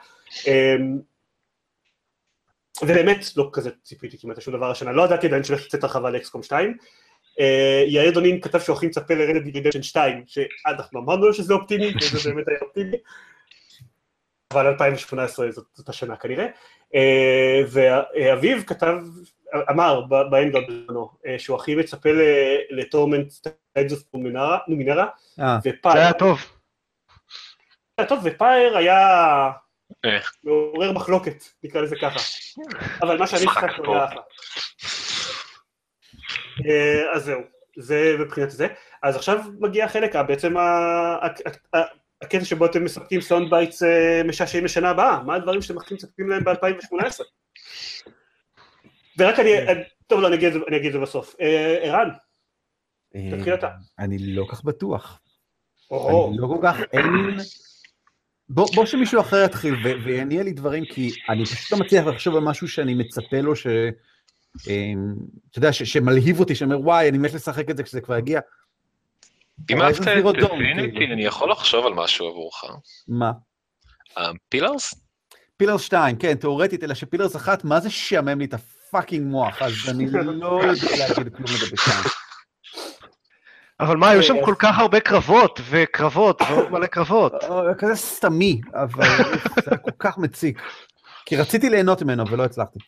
ובאמת לא כזה ציפיתי כמעט לשום דבר השנה, לא ידעתי עדיין שהולך לצאת הרחבה לאקסקום 2. יאיר דונין כתב שהוא הכי מצפה לרדת רידמפשן 2, שאנחנו אמרנו לו שזה אופטימי, וזה באמת היה אופטימי. אבל 2018 זאת השנה כנראה, ואביב כתב, אמר באנדרט בזמנו, שהוא הכי מצפה לטורמנט סטיידס נומינרה, זה היה טוב. טוב, ופייר היה מעורר מחלוקת, נקרא לזה ככה. אבל מה שאני שחק לא היה אחלה. אז זהו, זה מבחינת זה. אז עכשיו מגיע החלק, בעצם הקטע שבו אתם מספקים סאונד בייטס משעשעים לשנה הבאה. מה הדברים שאתם מצפים להם ב-2018? ורק טוב, לא, אני אגיד את זה בסוף. ערן, תתחיל אתה. אני לא כך בטוח. אני לא כל כך, בוא שמישהו אחר יתחיל ויניע לי דברים, כי אני פשוט לא מצליח לחשוב על משהו שאני מצפה לו, אתה יודע, שמלהיב אותי, שאומר, וואי, אני מת לשחק את זה כשזה כבר הגיע. אם אהבת את Divinity, אני יכול לחשוב על משהו עבורך. מה? פילרס? פילרס 2, כן, תיאורטית, אלא שפילרס 1, מה זה שעמם לי את הפאקינג מוח, אז אני לא יודע להגיד כלום לגבי 2. אבל מה, היו שם כל כך הרבה קרבות, ועוד מלא קרבות. כזה סתמי, אבל זה היה כל כך מציק. כי רציתי ליהנות ממנו, ולא הצלחתי.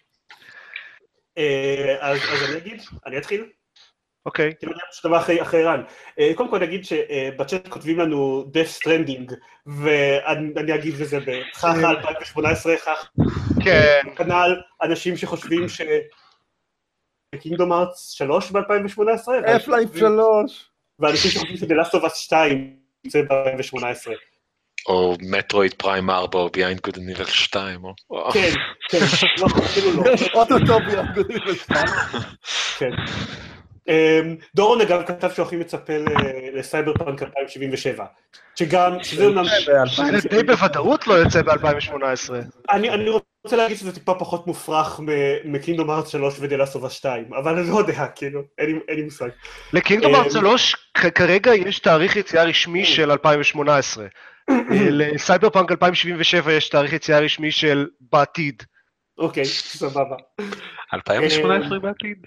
אז אני אתחיל. אוקיי. כאילו אני פשוט דבר אחרי רן. קודם כל נגיד שבצ'אט כותבים לנו Death Stranding, ואני אגיד לזה בחכה 2018, כן. כנ"ל אנשים שחושבים Kingdom Hearts 3 ב-2018, Half-Life 3. ואנשים שחושבים ש-The Last of Us 2 יצא ב-2018. או מטרויד פריים 4, או Behind Good and Evil 2. כן, לא, כאילו לא. אוטוטו Behind Good and Evil 2. כן. דורון אגב כתב שהוא הכי מצפה לסייבר פאנק 2077, שגם, שזה אומנם... זה די בוודאות לא יוצא ב-2018. אני רוצה להגיד שזה טיפה פחות מופרך מקינגדום הארץ 3 ודה לאסט אוף אס 2, אבל אני לא יודע, כאילו, אין לי מושג. לקינגדום הארץ 3 כרגע יש תאריך יציאה רשמי של 2018. לסייבר פאנק 2077 יש תאריך יציאה רשמי של בעתיד. אוקיי, סבבה. 2018 בעתיד.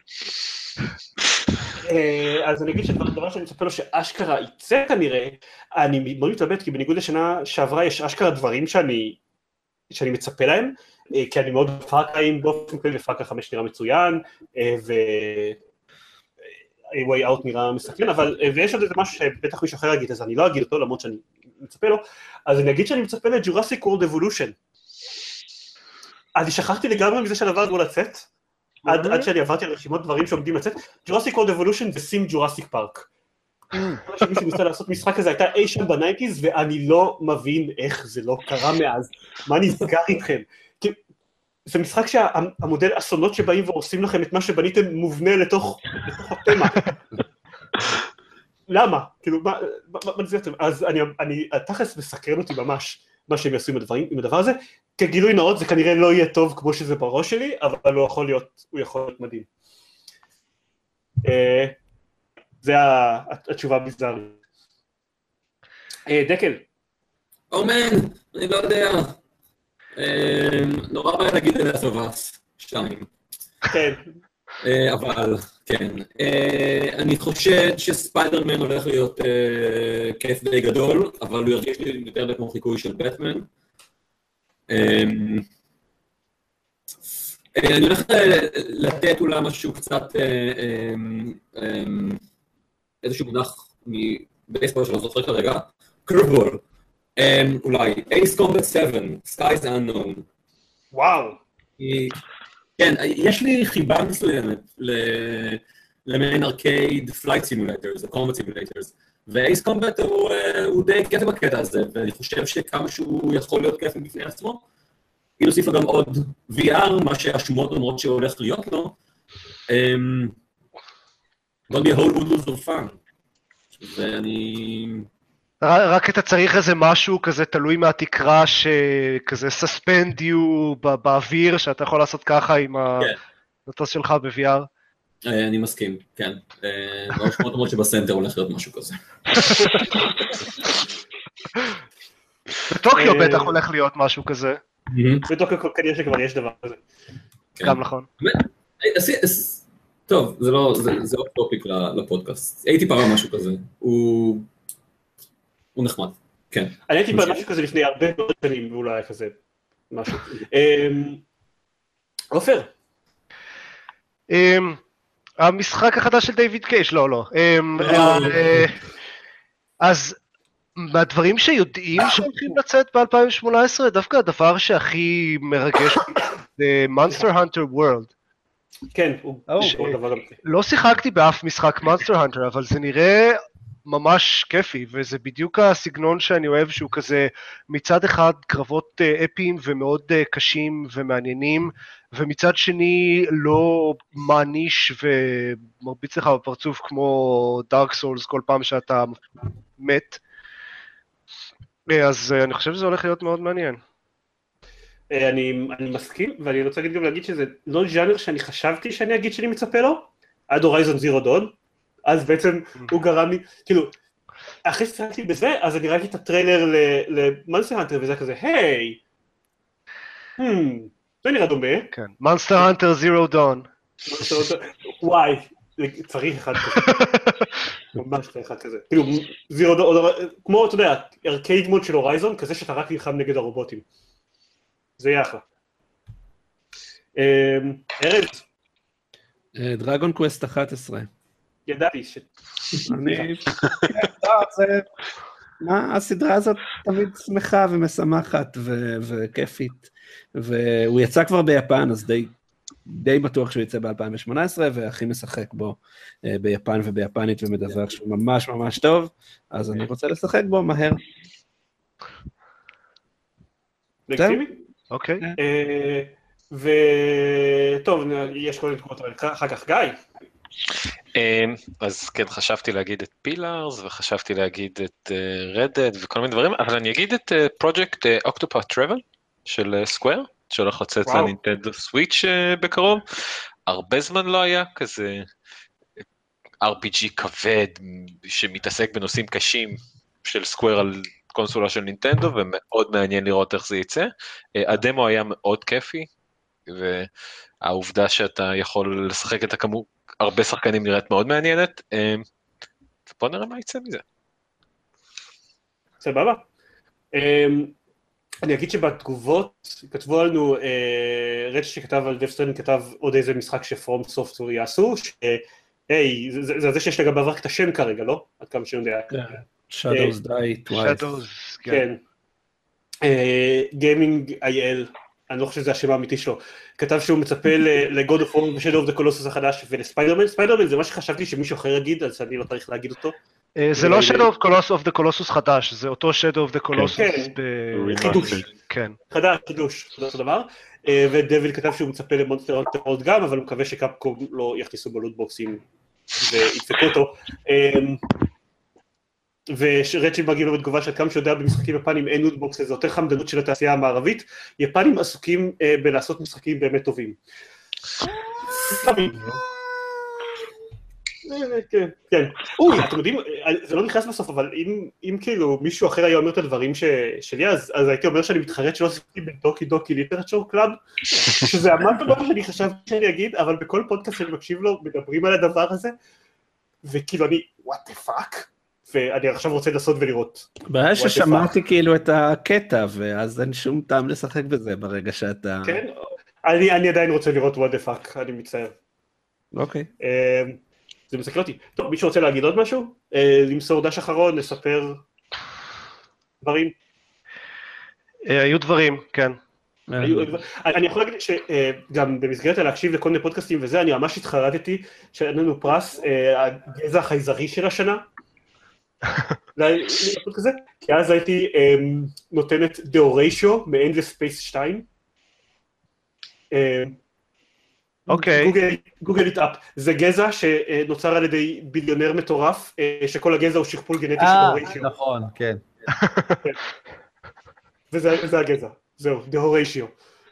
אז אני אגיד שדבר שאני מצפה לו שאשכרה יצא כנראה, אני מאוד מתלבט, כי בניגוד לשנה שעברה יש אשכרה דברים שאני מצפה להם, כי אני מאוד בפארקאים, באופן כללי לפארקה 5 נראה מצוין, Way Out נראה מסכן, אבל ויש עוד איזה משהו שבטח מישהו אחר יגיד, אז אני לא אגיד אותו, למרות שאני מצפה לו, אז אני אגיד שאני מצפה לג'ורסיק וורלד אבולושן. אני שכחתי לגמרי מזה שהדבר לא לצאת, עד שאני עברתי על רשימות דברים שעומדים לצאת. Jurassic World Evolution זה סים Jurassic Park. שמישהו ניסה לעשות משחק הזה, הייתה אי שם ב-90s, ואני לא מבין איך זה לא קרה מאז. מה נסגר איתכם? זה משחק שהמודל אסונות שבאים ועושים לכם את מה שבניתם מובנה לתוך התמה. למה? כאילו, מה נזירתם? אז אני תכלס מסקרן אותי ממש מה שהם יעשו עם הדבר הזה. כגילוי נאות זה כנראה לא יהיה טוב כמו שזה בראש שלי, אבל הוא יכול להיות מדהים. זה התשובה הביזארית. דקל. אומן, אני לא יודע. נורא בעיה להגיד את זה סובס, 2. כן. אבל, כן. אני חושד שספיידרמן הולך להיות כיף די גדול, אבל הוא ירגיש לי יותר כמו חיקוי של בטמן. אני הולך לתת אולי משהו קצת, איזשהו מונח מבייסבול שלא זוכר כרגע, קרבול, אולי, Ace Combat 7, Skies Unknown. וואו. כן, יש לי חיבה מסוימת למעין ארקייד פלייט סימולטורס, קומבט סימולטורס, ואייס קומבט הוא די קטע בקטע הזה, ואני חושב שכמה שהוא יכול להיות כיף בפני עצמו, היא נוסיפה גם עוד VR, מה שהשומות אומרות שהולך להיות לו, gonna be a whole woodlands of fun, ואני... רק אתה צריך איזה משהו כזה תלוי מהתקרה שכזה suspend you באוויר, שאתה יכול לעשות ככה עם המטוס שלך ב-VR. אני מסכים, כן. והשמות אומרות שבסנטר הולך להיות משהו כזה. בטוקיו בטח הולך להיות משהו כזה. בטוקיו כנראה שכבר יש דבר כזה. גם נכון. טוב, זה עוד טופיק לפודקאסט. הייתי פעם משהו כזה. הוא נחמד, כן. אני הייתי במשהו כזה לפני הרבה מאוד שנים, ואולי היה כזה משהו. עופר. המשחק החדש של דיוויד קייש, לא. אז מהדברים שיודעים שהולכים לצאת ב-2018, דווקא הדבר שהכי מרגש זה Monster Hunter World. כן, לא שיחקתי באף משחק Monster Hunter, אבל זה נראה ממש כיפי, וזה בדיוק הסגנון שאני אוהב, שהוא כזה מצד אחד קרבות אפיים ומאוד קשים ומעניינים, ומצד שני לא מעניש ומרביץ לך בפרצוף כמו דארק סולס כל פעם שאתה מת. אז אני חושב שזה הולך להיות מאוד מעניין. אני מסכים, ואני רוצה להגיד שזה לא ז'אנר שאני חשבתי שאני אגיד שאני מצפה לו, עד הורייזון זירו דון, אז בעצם הוא גרם לי, כאילו, אחרי שצחקתי בזה, אז אני ראיתי את הטריילר למונסטר הנטר, וזה כזה, היי, זה נראה דומה. כן, מונסטר הנטר זירו דון. וואי, צריך אחד כזה. ממש צריך אחד כזה. כאילו, זירו דון, כמו, אתה יודע, ארקייד מוד של הורייזון, כזה שאתה רק נלחם נגד הרובוטים. זה יהיה אחלה. ארז. דרגון קווסט 11. ידעתי הסדרה הזאת תמיד שמחה ומשמחת וכיפית, והוא יצא כבר ביפן, אז די בטוח שהוא יצא ב-2018, והכי משחק בו ביפן וביפנית ומדווח שהוא ממש ממש טוב, אז אני רוצה לשחק בו מהר. לגיטימי? אוקיי. וטוב, יש כל מיני תקומות, אחר כך גיא. אז כן, חשבתי להגיד את פילארס, וחשבתי להגיד את רדד וכל מיני דברים, אבל אני אגיד את פרויקט אוקטופאת' טראבל של סקוואר, שהולך לצאת לנינטנדו סוויץ' בקרוב. הרבה זמן לא היה כזה RPG כבד, שמתעסק בנושאים קשים של סקוואר על קונסולה של נינטנדו, ומאוד מעניין לראות איך זה יצא. הדמו היה מאוד כיפי, והעובדה שאתה יכול לשחק את הכמות, הרבה שחקנים נראית מאוד מעניינת, בוא נראה מה יצא מזה. סבבה. אני אגיד שבתגובות כתבו לנו, רצ' שכתב על דף סטרנינג, כתב עוד איזה משחק שפרום סופטוור יעשו, היי, זה שיש לגביו רק את השם כרגע, לא? עד כמה שאני יודע. Shadows Die Twice. כן. גיימינג IL, אני לא חושב שזה השם האמיתי שלו, כתב שהוא מצפה לגוד אוף וור ושדו אוף דה קולוסוס החדש ולספיידרמן. ספיידרמן זה מה שחשבתי שמישהו אחר יגיד, אז אני לא צריך להגיד אותו. זה לא שדו אוף דה קולוסוס חדש, זה אותו שדו אוף דה קולוסוס. חידוש. חידוש, זה אותו דבר. ודביל כתב שהוא מצפה למונסטר הנטר וורלד גם, אבל הוא מקווה שקפקום לא יכניסו בלוטבוקסים וידפקו אותו. ורצ'י מגיב לו בתגובה שעד כמה שיודע במשחקים יפנים אין לוטבוקס, זה יותר חמדנות של התעשייה המערבית, יפנים עסוקים בלעשות משחקים באמת טובים. כן. אתם יודעים, זה לא נכנס בסוף, אבל אם כאילו מישהו אחר היה אומר את הדברים שלי, אז הייתי אומר שאני מתחרט שלא עשיתי בדוקי דוקי ליטרצ'ור קלאב, שזה המון דבר שאני חשבתי שאני אגיד, אבל בכל פודקאסט שאני מקשיב לו, מדברים על הדבר הזה, וכאילו אני, what the fuck? ואני עכשיו רוצה לנסות ולראות. בעיה ששמעתי כאילו את הקטע, ואז אין שום טעם לשחק בזה ברגע שאתה... כן, אני עדיין רוצה לראות what the fuck, אני מצטער. אוקיי. זה מסקר אותי. טוב, מישהו רוצה להגיד עוד משהו? למסור דש אחרון, לספר דברים? היו דברים, כן. אני יכול להגיד שגם במסגרת להקשיב לכל מיני פודקאסטים וזה, אני ממש התחרטתי שאין לנו פרס הגזע החייזרי של השנה. כי אז הייתי נותנת דאוריישו מ-Endless Space 2. אוקיי. גוגל איט אפ. זה גזע שנוצר על ידי ביליונר מטורף, שכל הגזע הוא שכפול גנטי של דאוריישו. נכון, כן. וזה הגזע. זהו, דאוריישו.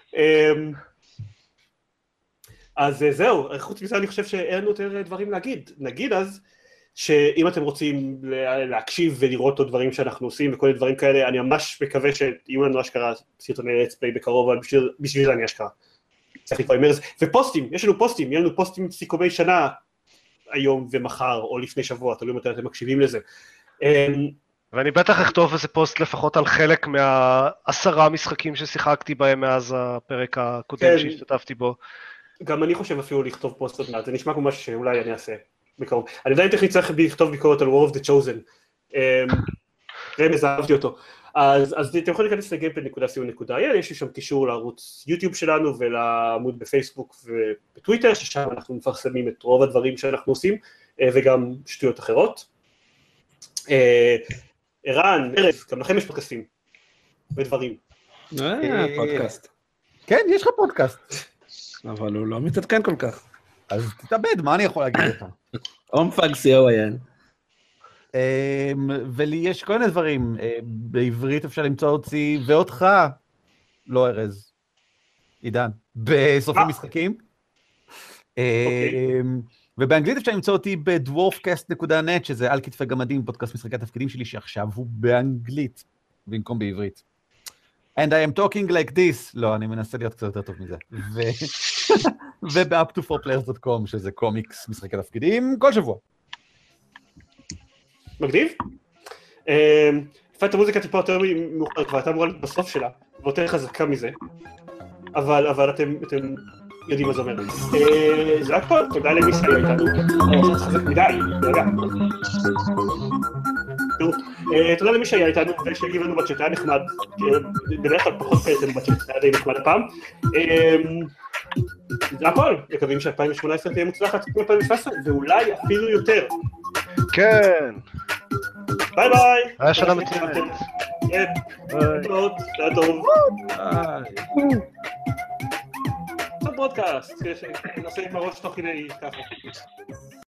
אז זהו, חוץ מזה אני חושב שאין לנו יותר דברים להגיד. נגיד אז, שאם אתם רוצים להקשיב ולראות עוד דברים שאנחנו עושים וכל דברים כאלה, אני ממש מקווה שיהיו לנו אשכרה סרטוני let's play בקרוב, אבל בשביל זה אני אשכרה. צריך לקרוא עם ארז. ופוסטים, יש לנו פוסטים, יהיה לנו פוסטים סיכומי שנה היום ומחר, או לפני שבוע, תלוי מתי אתם מקשיבים לזה. ואני בטח אכתוב איזה פוסט לפחות על חלק מה10 משחקים ששיחקתי בהם מאז הפרק הקודם שהשתתפתי בו. גם אני חושב אפילו לכתוב פוסט עוד מעט, זה נשמע כמו משהו שאולי אני אעשה בקרוב. אני עדיין תכף צריך לכתוב ביקורת על War of the Chosen. רמז, אהבתי אותו. אז אתם יכולים להיכנס לגיימפד.co.il, יש לי שם קישור לערוץ יוטיוב שלנו ולעמוד בפייסבוק ובטוויטר, ששם אנחנו מפרסמים את רוב הדברים שאנחנו עושים, וגם שטויות אחרות. ערן, ארז, גם לכם יש פודקאסטים ודברים. פודקאסט. כן, יש לך פודקאסט. אבל הוא לא מתעדכן כל כך. אז תתאבד, מה אני יכול להגיד לך? אומפג co.il. ולי יש כל מיני דברים, בעברית אפשר למצוא אותי, ואותך, לא ארז, עידן, בסופי משחקים. ובאנגלית אפשר למצוא אותי ב-dwarfcast.net, שזה על כתפי גמדים, פודקאסט משחקי התפקידים שלי, שעכשיו הוא באנגלית, במקום בעברית. And I am talking like this, לא, אני מנסה להיות קצת יותר טוב מזה. וב-up24players.com, שזה קומיקס משחקי תפקידים, כל שבוע. מגניב? לפעמים המוזיקה טיפה יותר מאוחרת, כבר הייתה אמורה להיות בסוף שלה, ויותר חזקה מזה, אבל אתם יודעים מה זה אומר. זה רק פה, תודה למי שהיה איתנו, חזק מדי, רגע. תודה למי שהיה איתנו, ושהגיב לנו בצ'אט, היה נחמד, בדרך כלל פחות פעמים בצ'אט, היה די נחמד הפעם. זה הכל, מקווים ש-2018 תהיה מוצלחת כמו 2017, ואולי אפילו יותר. כן. ביי ביי. היה שנה מצוינת. כן. להתראות, שעה טוב. זה פודקאסט, נעשה עם הראש תוך כדי ככה.